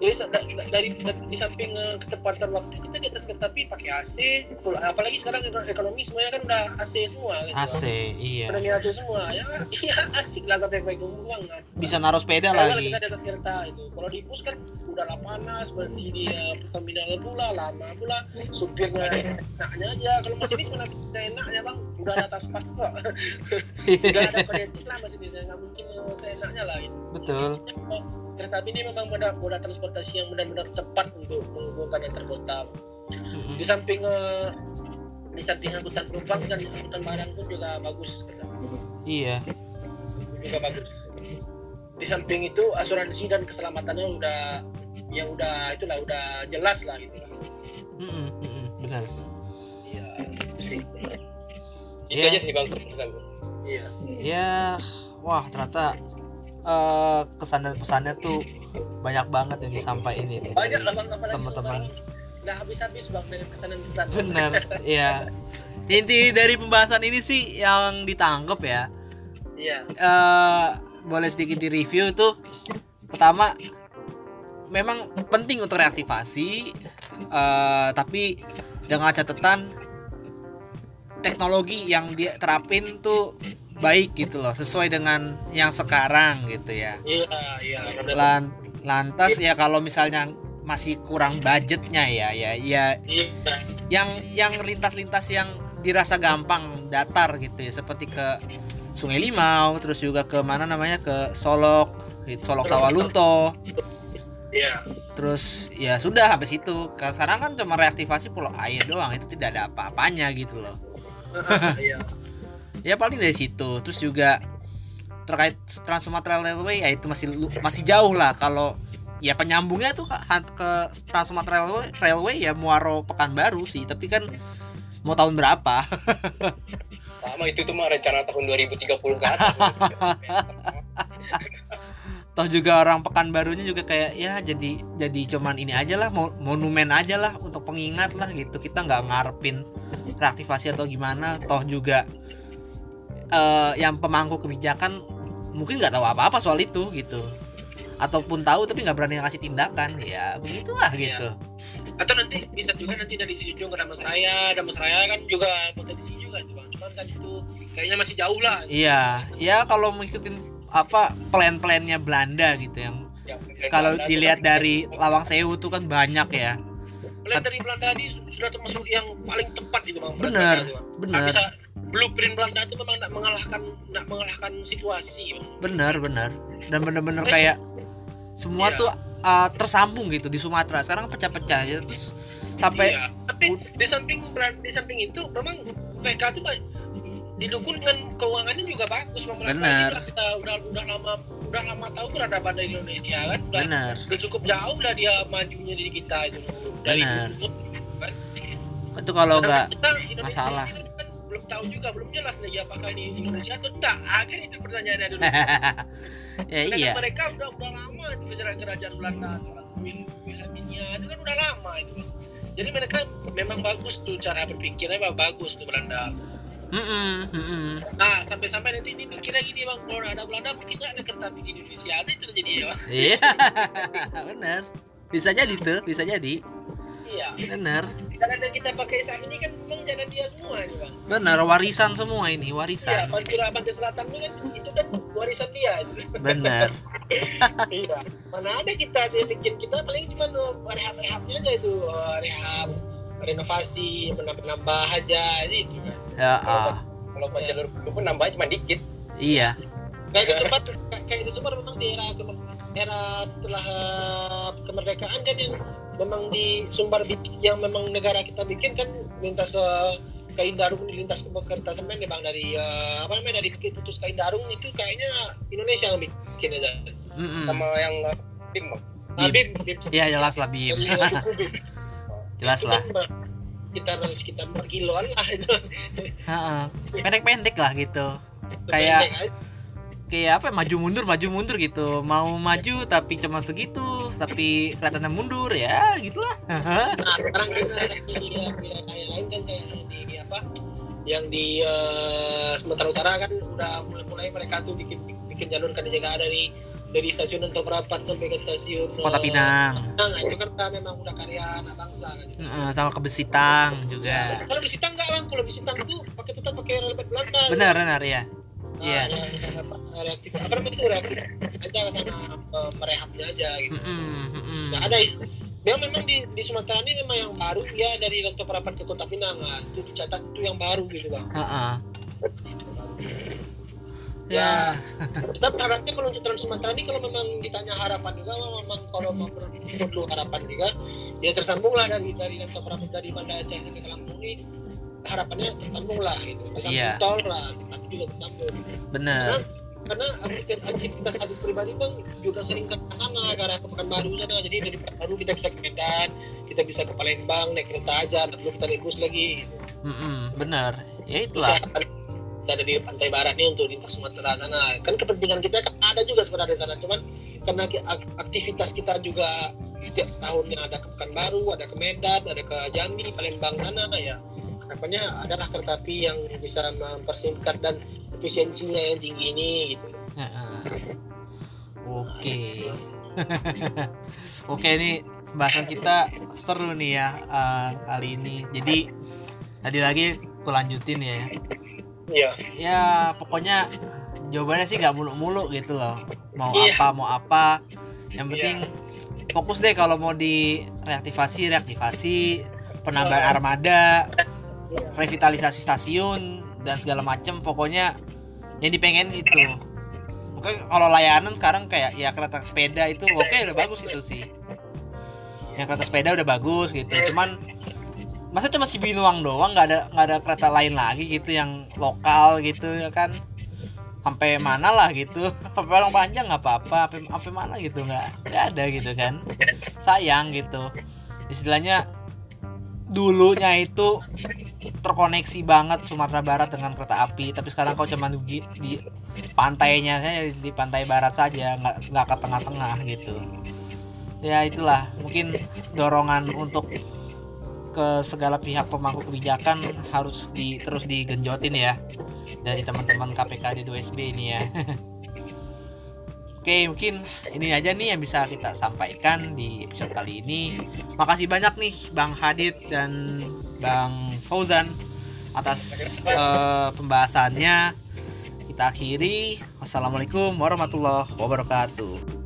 Jadi dari, dari di samping uh, kecepatan waktu kita di atas kereta api pakai A C, full, apalagi sekarang ekonomi semuanya kan udah A C semua gitu. A C, iya. Ekonomi A C semua, ya, iya asik lah sampai baik uang kan. Bisa naruh sepeda Kalau lagi. kita di atas kereta itu, kalau di bus kan udahlah panas, berarti dia terminal pula, lama pula, supirnya enaknya aja. Kalau masinis mana bisa enaknya bang, udah ada atas part kok. Udah ada kreatif lah masinisnya, nggak mungkin seenaknya lah. Gitu. Betul. Kereta api ini memang moda, moda transportasi yang benar-benar tepat untuk menghubungkan antar kota. Mm-hmm. Di samping uh, di samping angkutan penumpang dan angkutan barang pun juga bagus. Iya. Juga bagus. Di samping itu asuransi dan keselamatannya udah yang udah itulah udah jelas lah gitu lah. Mm-hmm. Mm-hmm. Benar. Iya, sih. Itu Ya. aja sih bang pesan. Iya. Ya, wah ternyata uh, kesan dan pesannya tuh banyak banget yang disampaikan ini. Banyak lah bang, apalagi teman-teman. Nggak habis-habis bang dengan kesan dan pesan. Benar, ya. Inti dari pembahasan ini sih yang ditangkap ya. Iya. Uh, boleh sedikit di review tuh. Pertama, memang penting untuk reaktivasi, uh, tapi dengan catatan teknologi yang dia terapin tuh baik gitu loh, sesuai dengan yang sekarang gitu ya. Iya, iya. Lan, lantas ya kalau misalnya masih kurang budgetnya ya, ya, ya. Iya. Yang yang lintas-lintas yang dirasa gampang datar gitu ya, seperti ke Sungai Limau, terus juga ke mana namanya ke Solok, Solok Sawalunto. Iya. Terus ya sudah habis itu. Sekarang kan cuma reaktivasi Pulau Air doang, itu tidak ada apa-apanya gitu loh. Iya. Ya paling dari situ. Terus juga terkait Trans Sumatera Railway ya itu masih masih jauh lah. Kalau ya penyambungnya tuh ke, ke Trans Sumatera Railway, Railway ya Muaro Pekanbaru sih, tapi kan mau tahun berapa? Lama itu tuh mah rencana tahun dua ribu tiga puluh ke atas. Toh juga orang Pekanbarunya juga kayak ya jadi jadi cuman ini aja lah, monumen aja lah untuk pengingat lah gitu. Kita nggak ngarepin reaktivasi atau gimana. Toh juga uh, yang pemangku kebijakan mungkin nggak tahu apa-apa soal itu gitu, ataupun tahu tapi nggak berani ngasih tindakan. Ya begitulah gitu. Atau nanti bisa juga nanti dari Sijunjung ke Damasraya, Damasraya kan juga potensi juga itu bang. Cuman kan itu kayaknya masih jauh lah. Iya, ya kalau mengikutin apa plan-plannya Belanda gitu yang ya, kalau dilihat dari Lawang Sewu tuh kan banyak ya. Plan dari Belanda ini sudah termasuk yang paling tepat gitu bang. Benar, benar. Bisa blueprint Belanda itu memang tidak mengalahkan tidak mengalahkan situasi. Bang. Benar, benar. Dan benar-benar kayak semua iya. tuh uh, tersambung gitu di Sumatera. Sekarang pecah-pecah ya terus sampai. Iya. Tapi di samping di samping itu memang mereka tuh didukung dengan keuangannya juga bagus. Benar. Kita udah udah lama udah lama tahu peradaban dari Indonesia kan. Udah, benar. Udah cukup jauh lah dia majunya dari kita itu. Dari benar. Dulu, kan. Itu kalau nggak masalah. Kan belum tahu juga, belum jelas lagi apakah ini Indonesia atau enggak. Ah, kan itu pertanyaannya dulu. ya karena iya. mereka udah udah lama itu kerajaan Belanda, Wilhelmina itu kan udah lama itu. Jadi mereka memang bagus tuh cara berpikirnya, bagus tuh Belanda. Mm-mm, mm-mm. Nah sampai-sampai nanti ini mikirnya gini bang, kalau ada Belanda mungkin nggak ada kereta api di Indonesia, ada itu terjadi ya bang. Iya, benar. Bisa jadi tuh, bisa jadi. Iya. Benar. Karena kita pakai saat ini kan memang jalan dia semua nih bang. Benar, warisan semua ini, warisan. Iya, Pantura Pantai Selatan ini kan itu kan warisan dia. Benar. Iya. Mana ada kita bikin kita paling cuma rehat-rehatnya aja itu, rehab, renovasi, menambah-nambah aja itu kan. Ya, ah. Kalau buat jalur pun nambahnya cuma dikit. Iya. Kayak di Sumbar, kayak di Sumbar memang di era era setelah kemerdekaan kan yang memang di Sumbar yang memang negara kita bikin kan lintas uh, Kain Darung ini lintas ke Kertasemen ya bang, dari uh, apa namanya dari putus Kain Darung itu kayaknya Indonesia yang bikin aja. Mm-mm. Sama yang BIM bang. Ah, BIM, BIM. Iya jelas lah BIM. Jelas lah. Sekitar sekitar empat kiloan lah itu. Heeh. Pendek-pendek lah gitu. Kayak kayak apa maju mundur maju mundur gitu, mau maju tapi cuma segitu tapi kelihatannya mundur ya gitulah. Nah sekarang kan di wilayah yang lain kan kayak di apa yang di uh, Sumatera Utara kan udah mulai-mulai mereka tuh bikin bikin jalur kan juga dari dari stasiun Nonton Prapat sampai ke stasiun Kota eh, Pinang. Nah, itu kan udah memang udah karya anak bangsa kan. Gitu. Heeh, sama ke Besitang juga. Kalau Besitang enggak bang, kalau Besitang itu pakai tetap pakai relebat Belanda. Benar benar ya. Nah, Iya. yang apa, reaktif apa namanya itu reaktif aja ke sana eh, merehabnya aja gitu. Mm-mm, mm-mm. Nah, ada memang memang di, di Sumatera ini memang yang baru ya dari Nonton Prapat ke Kota Pinang. Nah, itu dicatat itu yang baru gitu bang. Heeh. Ya, Ya. kita berharapnya kalau untuk Trans Sumatera ini kalau memang ditanya harapan juga, memang kalau mau ber- perlu harapan juga, ya tersambung lah dari dari Nonton Prapat dari Banda Aceh sampai ke Lampung ini, harapannya tersambung lah gitu. Tersambung Iya. tol lah, tapi juga tersambung. Benar. Karena, karena aktivitas, aktivitas Habib pribadi bang juga sering ke sana ke arah ke Pekanbaru sana, jadi dari Pekanbaru kita bisa ke Medan, kita bisa ke Palembang naik kereta aja, lalu kita naik bus lagi. Gitu. Mm-mm, benar. Ya itulah. Bisa kita ada di pantai barat nih untuk lintas Sumatera sana, kan kepentingan kita kan ada juga sebenarnya di sana, cuman karena ki- ak- aktivitas kita juga setiap tahunnya ada ke Pekanbaru, ada ke Medan, ada ke Jambi, Palembang sana ya, harapannya adalah kereta api yang bisa mempersingkat dan efisiensinya yang tinggi ini gitu. Heeh. Oke. Oke, ini pembahasan kita seru nih ya eh, kali ini. Jadi tadi lagi aku lanjutin ya. Iya. Ya pokoknya jawabannya sih nggak muluk-muluk gitu loh. Mau Iya. apa mau apa. Yang penting fokus deh kalau mau di reaktivasi reaktivasi, penambahan armada, revitalisasi stasiun dan segala macam. Pokoknya yang dipengen itu. Oke, kalau layanan sekarang kayak ya kereta sepeda itu oke udah bagus itu sih. Yang kereta sepeda udah bagus gitu. Cuman masa cuma si Binuang doang, nggak ada nggak ada kereta lain lagi gitu yang lokal gitu ya kan? Sampai mana lah gitu? Sampai Parang Panjang nggak apa-apa, sampai sampai mana gitu nggak nggak ada gitu kan? Sayang gitu. Istilahnya dulunya itu terkoneksi banget Sumatera Barat dengan kereta api, tapi sekarang kau cuma di, di pantainya saya di pantai barat saja, nggak nggak ke tengah-tengah gitu. Ya itulah mungkin dorongan untuk ke segala pihak pemangku kebijakan harus di terus digenjotin ya dari teman-teman K P K D dua S B ini ya. Oke, mungkin ini aja nih yang bisa kita sampaikan di episode kali ini. Makasih banyak nih Bang Hadid dan Bang Fauzan atas uh, pembahasannya. Kita akhiri. Wassalamualaikum warahmatullahi wabarakatuh.